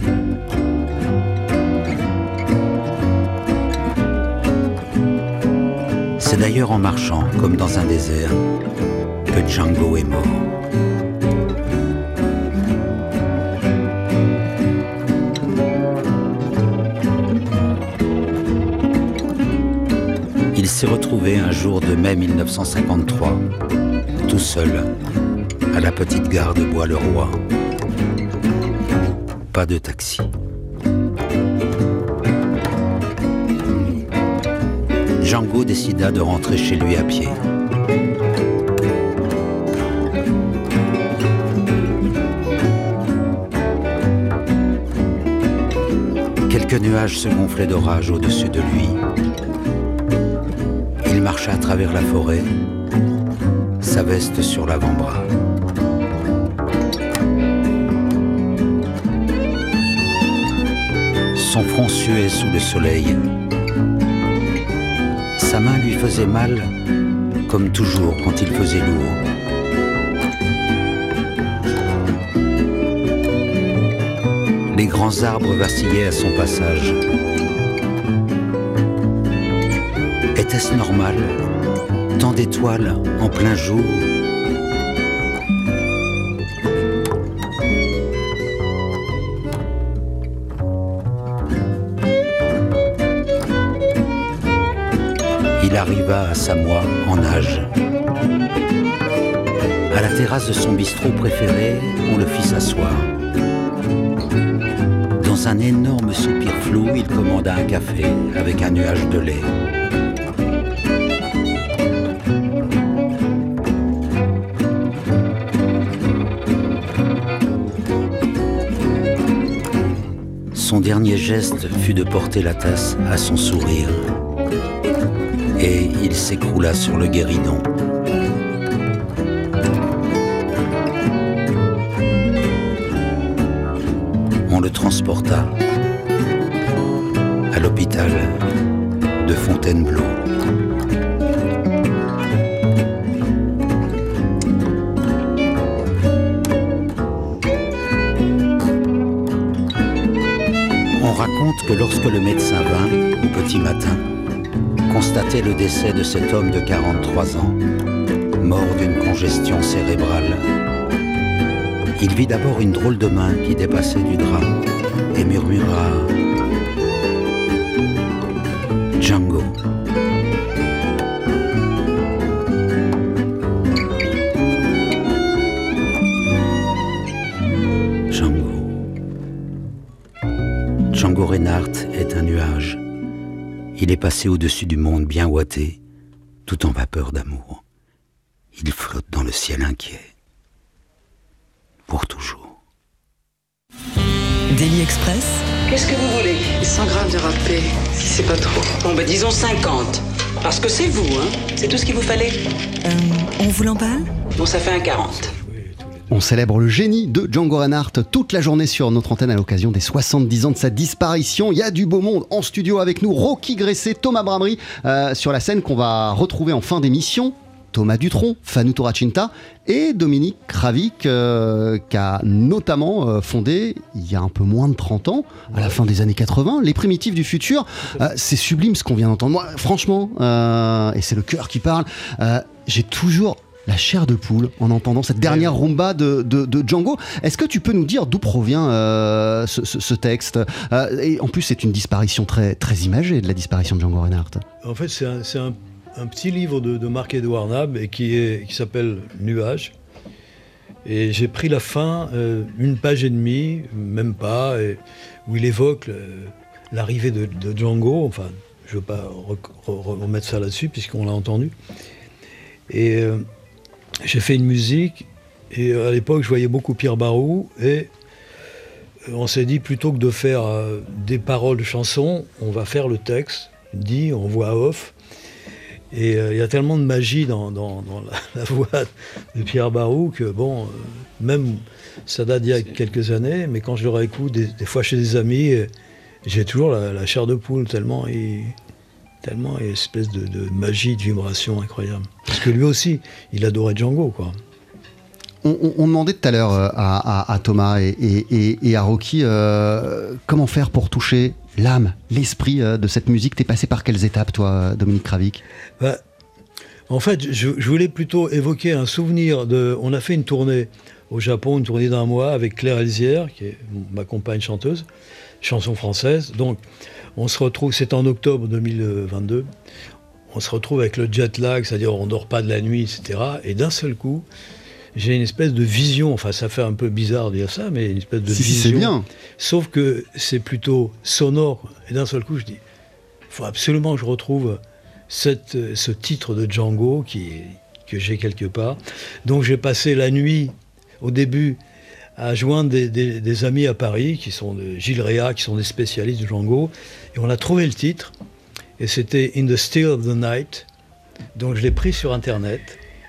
C'est d'ailleurs en marchant, comme dans un désert, que Django est mort. Il s'est retrouvé un jour de mai mille neuf cent cinquante-trois, tout seul, à la petite gare de Bois-le-Roi. Pas de taxi. Django décida de rentrer chez lui à pied. Quelques nuages se gonflaient d'orage au-dessus de lui. Il marcha à travers la forêt, sa veste sur l'avant-bras. Son front suait sous le soleil. Sa main lui faisait mal, comme toujours quand il faisait lourd. Les grands arbres vacillaient à son passage. Était-ce normal? Tant d'étoiles en plein jour? Il arriva à Samoa en nage. À la terrasse de son bistrot préféré, on le fit s'asseoir. Dans un énorme soupir flou, il commanda un café avec un nuage de lait. Son dernier geste fut de porter la tasse à son sourire. Et il s'écroula sur le guéridon. On le transporta. capitale de Fontainebleau. On raconte que lorsque le médecin vint, au petit matin, constater le décès de cet homme de quarante-trois ans, mort d'une congestion cérébrale, il vit d'abord une drôle de main qui dépassait du drap et murmura « Django ». Django. Django Reinhardt est un nuage. Il est passé au-dessus du monde bien ouaté, tout en vapeur d'amour. Il flotte dans le ciel inquiet. Pour toujours. Daily Express. Qu'est-ce que vous voulez? cent grammes de râpé, si c'est pas trop. Bon, ben disons cinquante. Parce que c'est vous, hein. C'est tout ce qu'il vous fallait. Euh, on vous l'emballe? Bon, ça fait un quarante. On célèbre le génie de Django Reinhardt toute la journée sur notre antenne à l'occasion des soixante-dix ans de sa disparition. Il y a du beau monde en studio avec nous. Rocky Gresset, Thomas Bramery euh, sur la scène qu'on va retrouver en fin d'émission. Thomas Dutronc, Fanou Toracinta et Dominique Kravik euh, qui a notamment euh, fondé il y a un peu moins de trente ans, à la fin des années quatre-vingts, Les Primitifs du Futur. Euh, c'est sublime ce qu'on vient d'entendre. Moi, franchement, euh, et c'est le cœur qui parle, euh, j'ai toujours la chair de poule en entendant cette dernière rumba de, de, de Django. Est-ce que tu peux nous dire d'où provient euh, ce, ce, ce texte euh, Et en plus, c'est une disparition très, très imagée de la disparition de Django Reinhardt. En fait, c'est un, c'est un, un petit livre de, de Marc-Édouard Nab et qui, est, qui s'appelle Nuages. Et j'ai pris la fin, euh, une page et demie, même pas, et, où il évoque le, l'arrivée de, de Django. Enfin, je ne veux pas re, re, remettre ça là-dessus puisqu'on l'a entendu. Et euh, j'ai fait une musique, et à l'époque, je voyais beaucoup Pierre Barou, et on s'est dit, plutôt que de faire euh, des paroles de chansons, on va faire le texte, dit, en voix off. Et il euh, y a tellement de magie dans, dans, dans la, la voix de Pierre Barou que, bon, euh, même, ça date d'il y a quelques années, mais quand je le réécoute, des, des fois chez des amis, euh, j'ai toujours la, la chair de poule, tellement il... tellement une espèce de, de magie, de vibration incroyable. Parce que lui aussi, il adorait Django, quoi. On, on, on demandait tout à l'heure à, à, à Thomas et, et, et à Rocky euh, comment faire pour toucher l'âme, l'esprit euh, de cette musique. T'es passé par quelles étapes, toi, Dominique Kravik? Bah, en fait, je, je voulais plutôt évoquer un souvenir de... On a fait une tournée au Japon, une tournée d'un mois avec Claire Elzière, qui est ma compagne chanteuse, chanson française. Donc, on se retrouve, c'est en octobre deux mille vingt-deux, on se retrouve avec le jet lag, c'est-à-dire on ne dort pas de la nuit, et cetera. Et d'un seul coup, j'ai une espèce de vision, enfin ça fait un peu bizarre de dire ça, mais une espèce de si, vision. Si, c'est bien. Sauf que c'est plutôt sonore. Et d'un seul coup, je dis, il faut absolument que je retrouve cette, ce titre de Django qui, que j'ai quelque part. Donc j'ai passé la nuit, au début, à joindre des, des, des amis à Paris, qui sont de Gilles Réa, qui sont des spécialistes de Django, et on a trouvé le titre, et c'était In the Still of the Night, donc je l'ai pris sur Internet,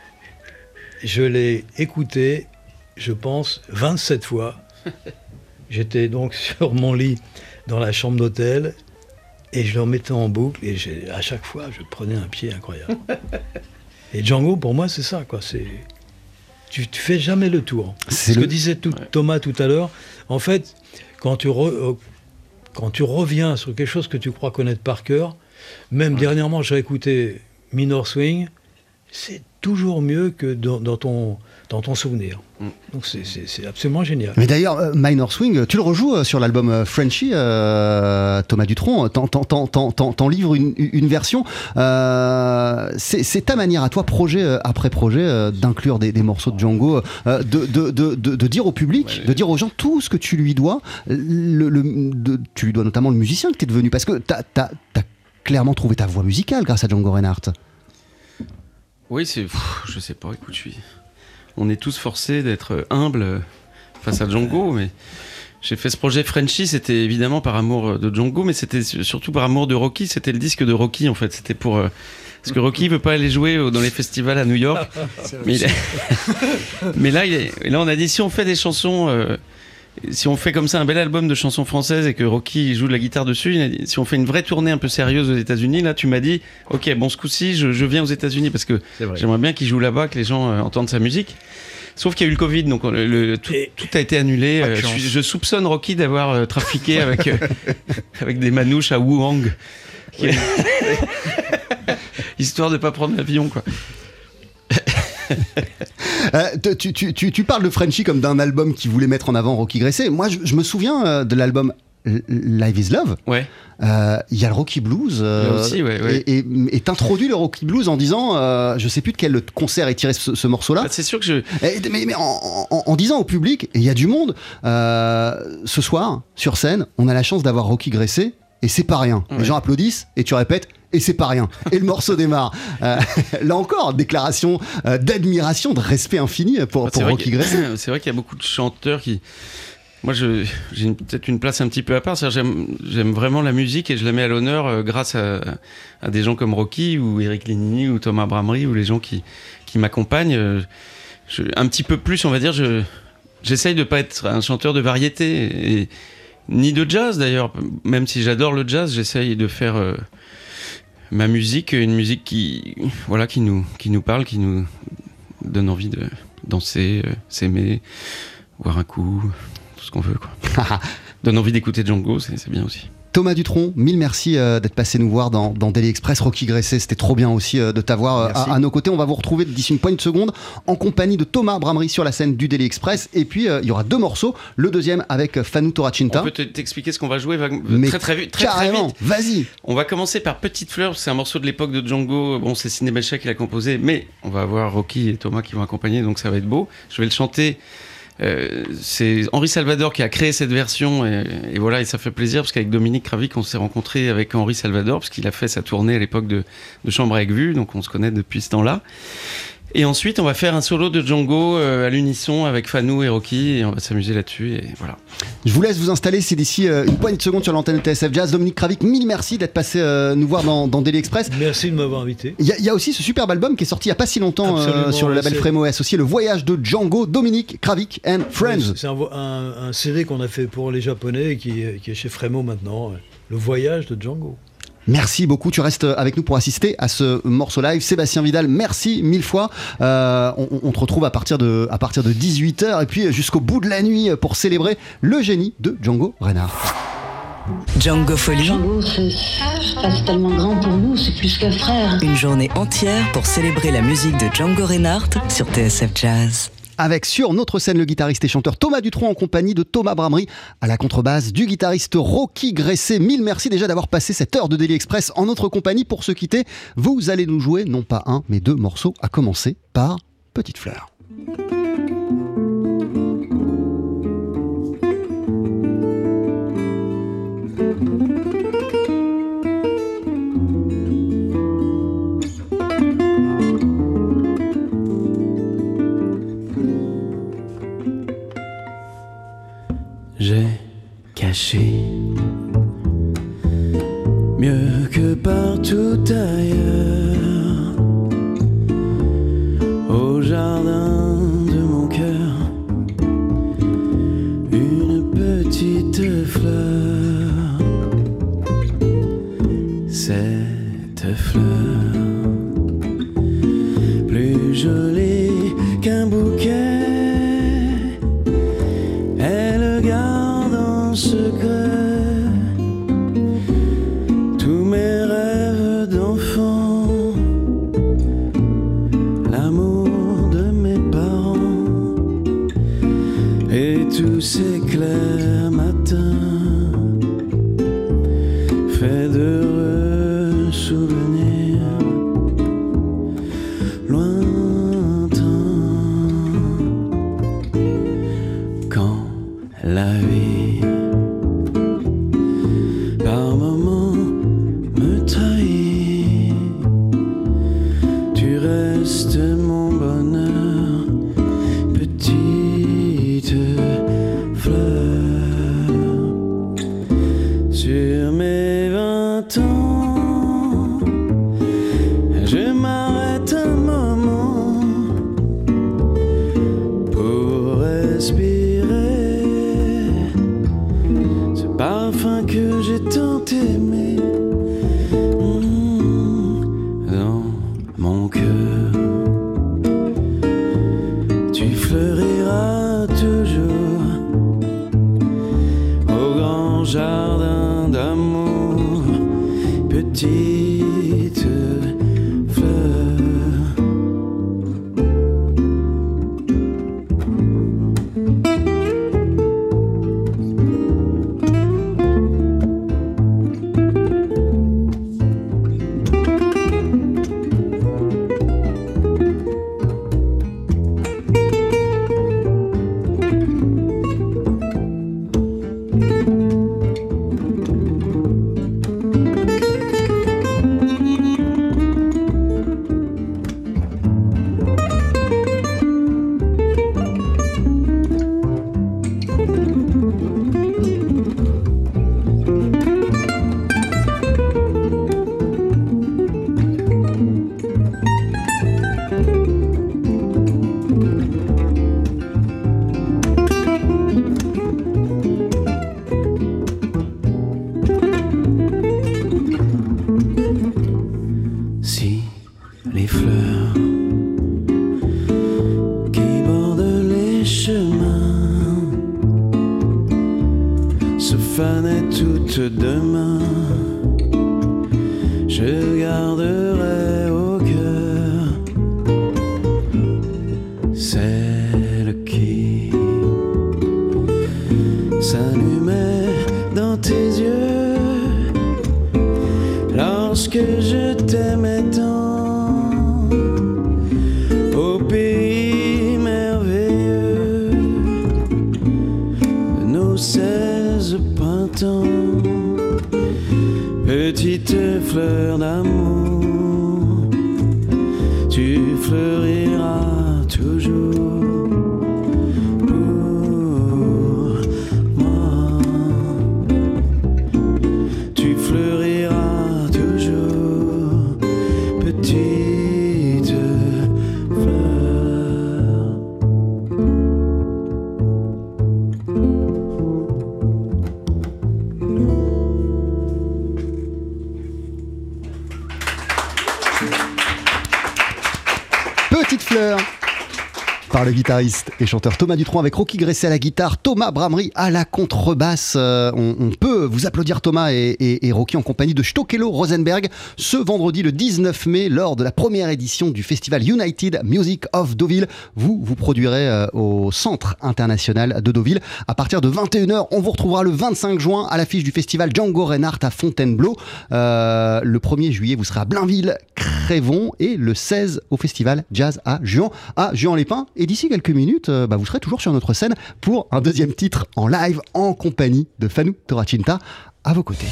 je l'ai écouté, je pense, vingt-sept fois, j'étais donc sur mon lit dans la chambre d'hôtel, et je le remettais en boucle, et j'ai, à chaque fois, je prenais un pied incroyable. Et Django, pour moi, c'est ça, quoi, c'est... Tu ne fais jamais le tour. C'est ce le... que disait tout, ouais. Thomas tout à l'heure. En fait, quand tu, re, euh, quand tu reviens sur quelque chose que tu crois connaître par cœur, même ouais. dernièrement, j'ai écouté Minor Swing, c'est toujours mieux que dans, dans, ton, dans ton souvenir. Mm. Donc c'est, c'est, c'est absolument génial. Mais d'ailleurs, euh, Minor Swing, tu le rejoues euh, sur l'album euh, Frenchy, euh, Thomas Dutronc, t'en, t'en, t'en, t'en, t'en livres une, une version. Euh, c'est, c'est ta manière à toi, projet euh, après projet, euh, d'inclure des, des morceaux de Django, euh, de, de, de, de, de dire au public, ouais, de dire aux gens tout ce que tu lui dois. Le, le, de, tu lui dois notamment le musicien que tu es devenu, parce que tu as clairement trouvé ta voix musicale grâce à Django Reinhardt. Oui, c'est... Pff, je sais pas, écoute, je suis... On est tous forcés d'être humbles face à Django, mais j'ai fait ce projet Frenchy, c'était évidemment par amour de Django, mais c'était surtout par amour de Rocky, c'était le disque de Rocky en fait, c'était pour... Euh... Parce que Rocky veut pas aller jouer dans les festivals à New York, mais, il est... mais là, il est... Et là on a dit si on fait des chansons... Euh... si on fait comme ça un bel album de chansons françaises et que Rocky joue de la guitare dessus, il a dit, si on fait une vraie tournée un peu sérieuse aux États-Unis, là, tu m'as dit, ok, bon, ce coup-ci, je, je viens aux États-Unis parce que j'aimerais bien qu'il joue là-bas, que les gens euh, entendent sa musique. Sauf qu'il y a eu le Covid, donc le, le, tout, tout a été annulé. Euh, je, suis, je soupçonne Rocky d'avoir euh, trafiqué avec, euh, avec des manouches à Wuhan, oui. Histoire de pas prendre l'avion, quoi. Euh, tu, tu, tu, tu parles de Frenchy comme d'un album qui voulait mettre en avant Rocky Gracie. Moi, je, je me souviens euh, de l'album Live is Love. Ouais. Il euh, y a le Rocky Blues. Euh, Là aussi, ouais, ouais. Et, et, et t'introduis le Rocky Blues en disant, euh, je sais plus de quel concert est tiré ce, ce morceau-là. Bah, c'est sûr que je. Et, mais mais en, en, en disant au public, et il y a du monde, euh, ce soir, sur scène, on a la chance d'avoir Rocky Gracie. Et c'est pas rien. Ouais. Les gens applaudissent et tu répètes et c'est pas rien. Et le morceau démarre. Euh, là encore, déclaration euh, d'admiration, de respect infini pour, bah, pour Rocky Gracie. C'est vrai qu'il y a beaucoup de chanteurs qui. Moi, je, j'ai une, peut-être une place un petit peu à part. C'est-à-dire, j'aime, j'aime vraiment la musique et je la mets à l'honneur euh, grâce à, à des gens comme Rocky ou Eric Lénini ou Thomas Bramery ou les gens qui, qui m'accompagnent. Euh, je, un petit peu plus, on va dire, je, j'essaye de pas être un chanteur de variété. Et, ni de jazz d'ailleurs, même si j'adore le jazz, j'essaye de faire euh, ma musique, une musique qui, voilà, qui nous, qui nous parle, qui nous donne envie de danser, euh, s'aimer, boire un coup, tout ce qu'on veut, quoi. Donne envie d'écouter Django, c'est, c'est bien aussi. Thomas Dutronc, mille merci euh, d'être passé nous voir dans, dans Daily Express. Rocky Gracie, c'était trop bien aussi euh, de t'avoir euh, à, à nos côtés. On va vous retrouver d'ici une poignée de secondes en compagnie de Thomas Bramery sur la scène du Daily Express. Et puis, euh, il y aura deux morceaux. Le deuxième avec Fanou Toracinta. On peut t'expliquer ce qu'on va jouer va, Mais très très vite. Très, carrément, très vite. Vas-y. On va commencer par Petite Fleur. C'est un morceau de l'époque de Django. Bon, c'est Sidney Bechet qui l'a composé, mais on va avoir Rocky et Thomas qui vont accompagner, donc ça va être beau. Je vais le chanter. Euh, c'est Henri Salvador qui a créé cette version et, et voilà, et ça fait plaisir parce qu'avec Dominique Kravic on s'est rencontré avec Henri Salvador parce qu'il a fait sa tournée à l'époque de, de Chambre avec Vue, donc on se connaît depuis ce temps-là. Et ensuite on va faire un solo de Django euh, à l'unisson avec Fanou et Rocky et on va s'amuser là-dessus et voilà. Je vous laisse vous installer, c'est d'ici euh, une poignée de secondes sur l'antenne de T S F Jazz. Dominique Kravic, mille merci d'être passé euh, nous voir dans, dans Daily Express. Merci de m'avoir invité. Il y, y a aussi ce superbe album qui est sorti il n'y a pas si longtemps euh, sur le label c'est... Frémo associé, Le Voyage de Django, Dominique Kravic and Friends. Oui, c'est un, un, un C D qu'on a fait pour les Japonais et qui, qui est chez Frémo maintenant, Le Voyage de Django. Merci beaucoup, tu restes avec nous pour assister à ce morceau live. Sébastien Vidal, merci mille fois. Euh, on, on te retrouve à partir de, à partir de dix-huit heures et puis jusqu'au bout de la nuit pour célébrer le génie de Django Reinhardt. Django Folie. Django, c'est, c'est tellement grand pour nous, c'est plus qu'un frère. Une journée entière pour célébrer la musique de Django Reinhardt sur T S F Jazz. Avec sur notre scène le guitariste et chanteur Thomas Dutronc en compagnie de Thomas Bramery à la contrebasse du guitariste Rocky Gracie. Mille merci déjà d'avoir passé cette heure de Daily Express en notre compagnie. Pour se quitter, vous allez nous jouer non pas un mais deux morceaux, à commencer par Petite Fleur. J'ai caché mieux que partout ailleurs au jardin de mon cœur une petite fleur. Cette fleur plus jolie qu'un bouquet, elle garde en secret tous mes rêves d'enfant, l'amour de mes parents et tous ces clairs matins faits d'heureux souvenirs lointains. Quand la vie par moments me trahit, tu restes mon bonheur, petite fleur. Sur mes vingt ans, je m'arrête un moment pour respirer fleurs qui bordent les chemins se fanaient toutes demain. Je garderai au cœur celle qui s'allumait dans tes yeux lorsque je t'aimais tant au pays merveilleux de nos seize printemps. Petite fleur d'amour, tu fleuriras toujours pour moi. Tu fleuriras toujours, petite fleur. Petite fleur par le guitariste et chanteur Thomas Dutronc avec Rocky Gresset à la guitare, Thomas Bramery à la contrebasse. Euh, on, on peut vous applaudir Thomas et, et, et Rocky en compagnie de Stokelo Rosenberg ce vendredi le dix-neuf mai lors de la première édition du festival United Music of Deauville. Vous vous produirez euh, au Centre International de Deauville à partir de vingt et une heures. On vous retrouvera le vingt-cinq juin à l'affiche du festival Django Reinhardt à Fontainebleau. Euh, le premier juillet, vous serez à Blainville-Crévon et le seize au festival Jazz à Juan, à Juan-les-Pins. Et d'ici quelques minutes, euh, bah, vous serez toujours sur notre scène pour un deuxième titre en live en compagnie de Fanu Toracinta à vos côtés.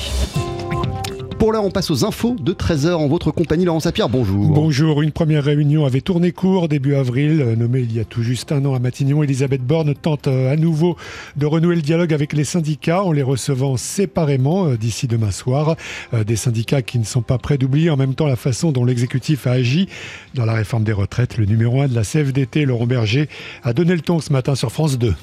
Pour l'heure, on passe aux infos de treize heures en votre compagnie. Laurent Sapir, bonjour. Bonjour. Une première réunion avait tourné court début avril. Nommée il y a tout juste un an à Matignon, Elisabeth Borne tente à nouveau de renouer le dialogue avec les syndicats en les recevant séparément d'ici demain soir. Des syndicats qui ne sont pas prêts d'oublier en même temps la façon dont l'exécutif a agi dans la réforme des retraites. Le numéro un de la C F D T, Laurent Berger, a donné le ton ce matin sur France deux.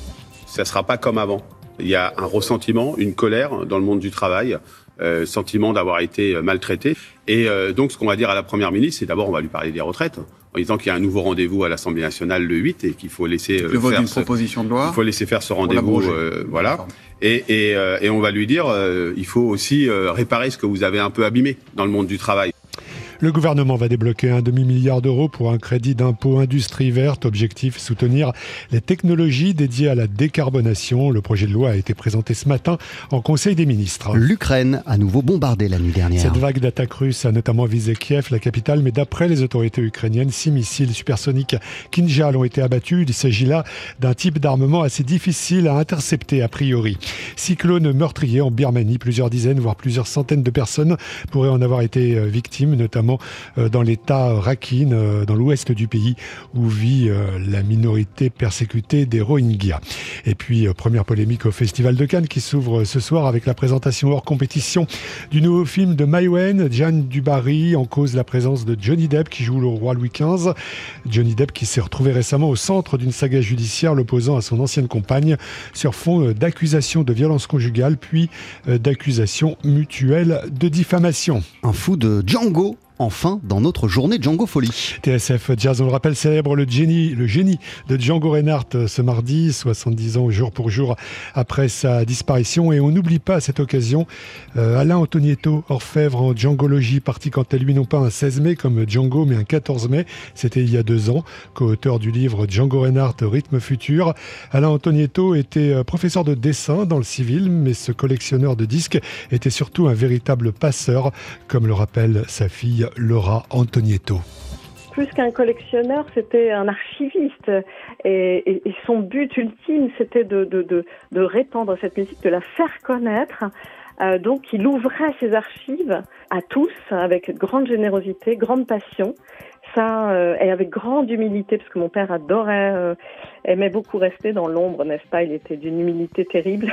Ça ne sera pas comme avant. Il y a un ressentiment, une colère dans le monde du travail. Euh, sentiment d'avoir été maltraité. Et euh, donc, ce qu'on va dire à la Première ministre, c'est d'abord, on va lui parler des retraites, en disant qu'il y a un nouveau rendez-vous à l'Assemblée nationale le huit et qu'il faut laisser euh, le vote faire d'une ce, proposition de loi. Il faut laisser faire ce rendez-vous, euh, voilà. Et, et, euh, et on va lui dire, euh, il faut aussi euh, réparer ce que vous avez un peu abîmé dans le monde du travail. Le gouvernement va débloquer un demi-milliard d'euros pour un crédit d'impôt industrie verte. Objectif, soutenir les technologies dédiées à la décarbonation. Le projet de loi a été présenté ce matin en Conseil des ministres. L'Ukraine a nouveau bombardé la nuit dernière. Cette vague d'attaques russes a notamment visé Kiev, la capitale, mais d'après les autorités ukrainiennes, six missiles supersoniques Kinjal ont été abattus. Il s'agit là d'un type d'armement assez difficile à intercepter a priori. Cyclone meurtrier en Birmanie, plusieurs dizaines, voire plusieurs centaines de personnes pourraient en avoir été victimes, notamment dans l'état Rakhine, dans l'ouest du pays, où vit la minorité persécutée des Rohingyas. Et puis, première polémique au Festival de Cannes qui s'ouvre ce soir avec la présentation hors compétition du nouveau film de Mai Wen, Jeanne du Barry, en cause la présence de Johnny Depp qui joue le roi Louis quinze. Johnny Depp qui s'est retrouvé récemment au centre d'une saga judiciaire l'opposant à son ancienne compagne sur fond d'accusations de violence conjugale puis d'accusations mutuelles de diffamation. Un fou de Django. Enfin, dans notre journée Django Folie. T S F Jazz, on le rappelle, célèbre le génie, le génie de Django Reinhardt ce mardi, soixante-dix ans jour pour jour après sa disparition. Et on n'oublie pas à cette occasion euh, Alain Antonietto, orfèvre en djangologie, parti quant à lui non pas un seize mai comme Django, mais un quatorze mai. C'était il y a deux ans, co-auteur du livre Django Reinhardt, Rythme futur. Alain Antonietto était professeur de dessin dans le civil, mais ce collectionneur de disques était surtout un véritable passeur, comme le rappelle sa fille Laura Antonietto. Plus qu'un collectionneur, c'était un archiviste. Et, et, et son but ultime, c'était de, de, de, de répandre cette musique, de la faire connaître. Euh, donc, il ouvrait ses archives à tous, avec grande générosité, grande passion. Ça, euh, et avec grande humilité, parce que mon père adorait, euh, aimait beaucoup rester dans l'ombre, n'est-ce pas? Il était d'une humilité terrible.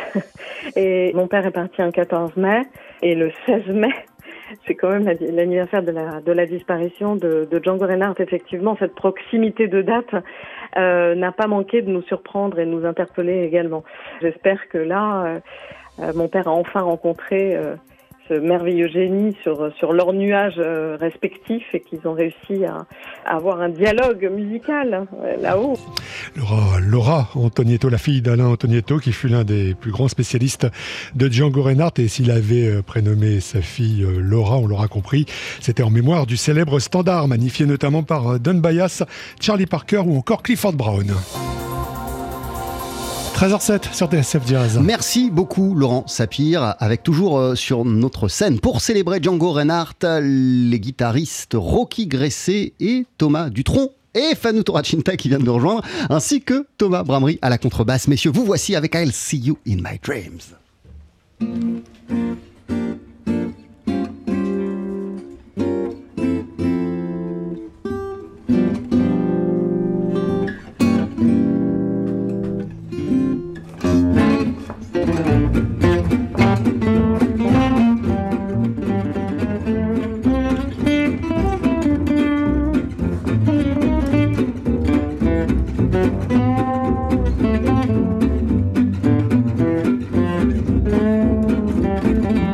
Et mon père est parti un quatorze mai, et le seize mai, c'est quand même l'anniversaire de la, de la disparition de, de Django Reinhardt. Effectivement, cette proximité de date euh, n'a pas manqué de nous surprendre et de nous interpeller également. J'espère que là, euh, mon père a enfin rencontré euh, ce merveilleux génie sur, sur leurs nuages euh, respectifs et qu'ils ont réussi à, à avoir un dialogue musical euh, là-haut. Laura, Laura Antonietto, la fille d'Alain Antonietto, qui fut l'un des plus grands spécialistes de Django Reinhardt. Et s'il avait prénommé sa fille Laura, on l'aura compris, c'était en mémoire du célèbre standard, magnifié notamment par Don Byas, Charlie Parker ou encore Clifford Brown. treize heures zéro sept sur T S F Jazz. Merci beaucoup Laurent Sapir, avec toujours euh, sur notre scène pour célébrer Django Reinhardt, les guitaristes Rocky Gresset et Thomas Dutronc et Fanou Toracinta qui vient de nous rejoindre, ainsi que Thomas Bramery à la contrebasse. Messieurs, vous voici avec I'll See You in My Dreams. Thank you.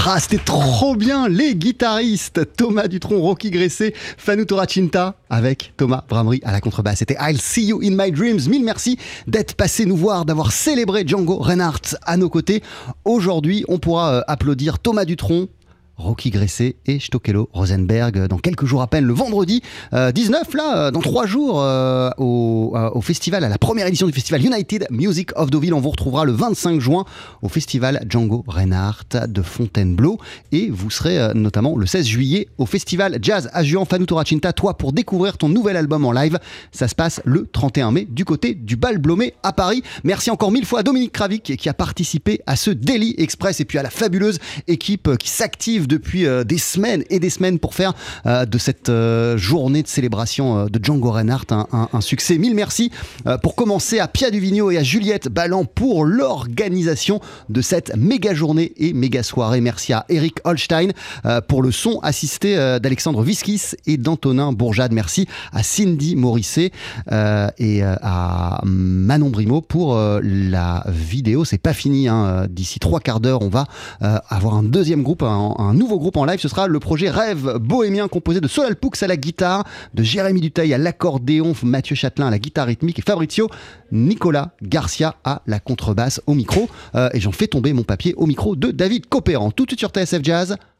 Ah, c'était trop bien, les guitaristes Thomas Dutronc, Rocky Gressé, Fanou Toracinta avec Thomas Brahmry à la contrebasse. C'était I'll See You in My Dreams. Mille merci d'être passé nous voir, d'avoir célébré Django Reinhardt à nos côtés. Aujourd'hui, on pourra euh, applaudir Thomas Dutronc, Rocky Gressé et Stockelo Rosenberg dans quelques jours à peine, le vendredi euh, dix-neuf, là, euh, dans trois jours, euh, au, euh, au festival, à la première édition du festival United Music of Deauville. On vous retrouvera le vingt-cinq juin au festival Django Reinhardt de Fontainebleau. Et vous serez euh, notamment le seize juillet au festival Jazz à Juan. Fanou Toracinta, toi, pour découvrir ton nouvel album en live. Ça se passe le trente et un mai du côté du Bal Blomet à Paris. Merci encore mille fois à Dominique Kravik qui a participé à ce Daily Express et puis à la fabuleuse équipe qui s'active depuis euh, des semaines et des semaines pour faire euh, de cette euh, journée de célébration euh, de Django Reinhardt un, un, un succès. Mille merci euh, pour commencer à Pia Duvigneau et à Juliette Ballan pour l'organisation de cette méga journée et méga soirée. Merci à Eric Holstein euh, pour le son assisté euh, d'Alexandre Viskis et d'Antonin Bourjade. Merci à Cindy Morisset euh, et euh, à Manon Brimaud pour euh, la vidéo. C'est pas fini, hein. D'ici trois quarts d'heure, on va euh, avoir un deuxième groupe, un, un nouveau groupe en live. Ce sera le projet Rêve Bohémien composé de Solal Poux à la guitare, de Jérémy Duteil à l'accordéon, Mathieu Châtelain à la guitare rythmique et Fabrizio Nicolas Garcia à la contrebasse au micro. Euh, et j'en fais tomber mon papier au micro de David Copéran. Tout de suite sur T S F Jazz.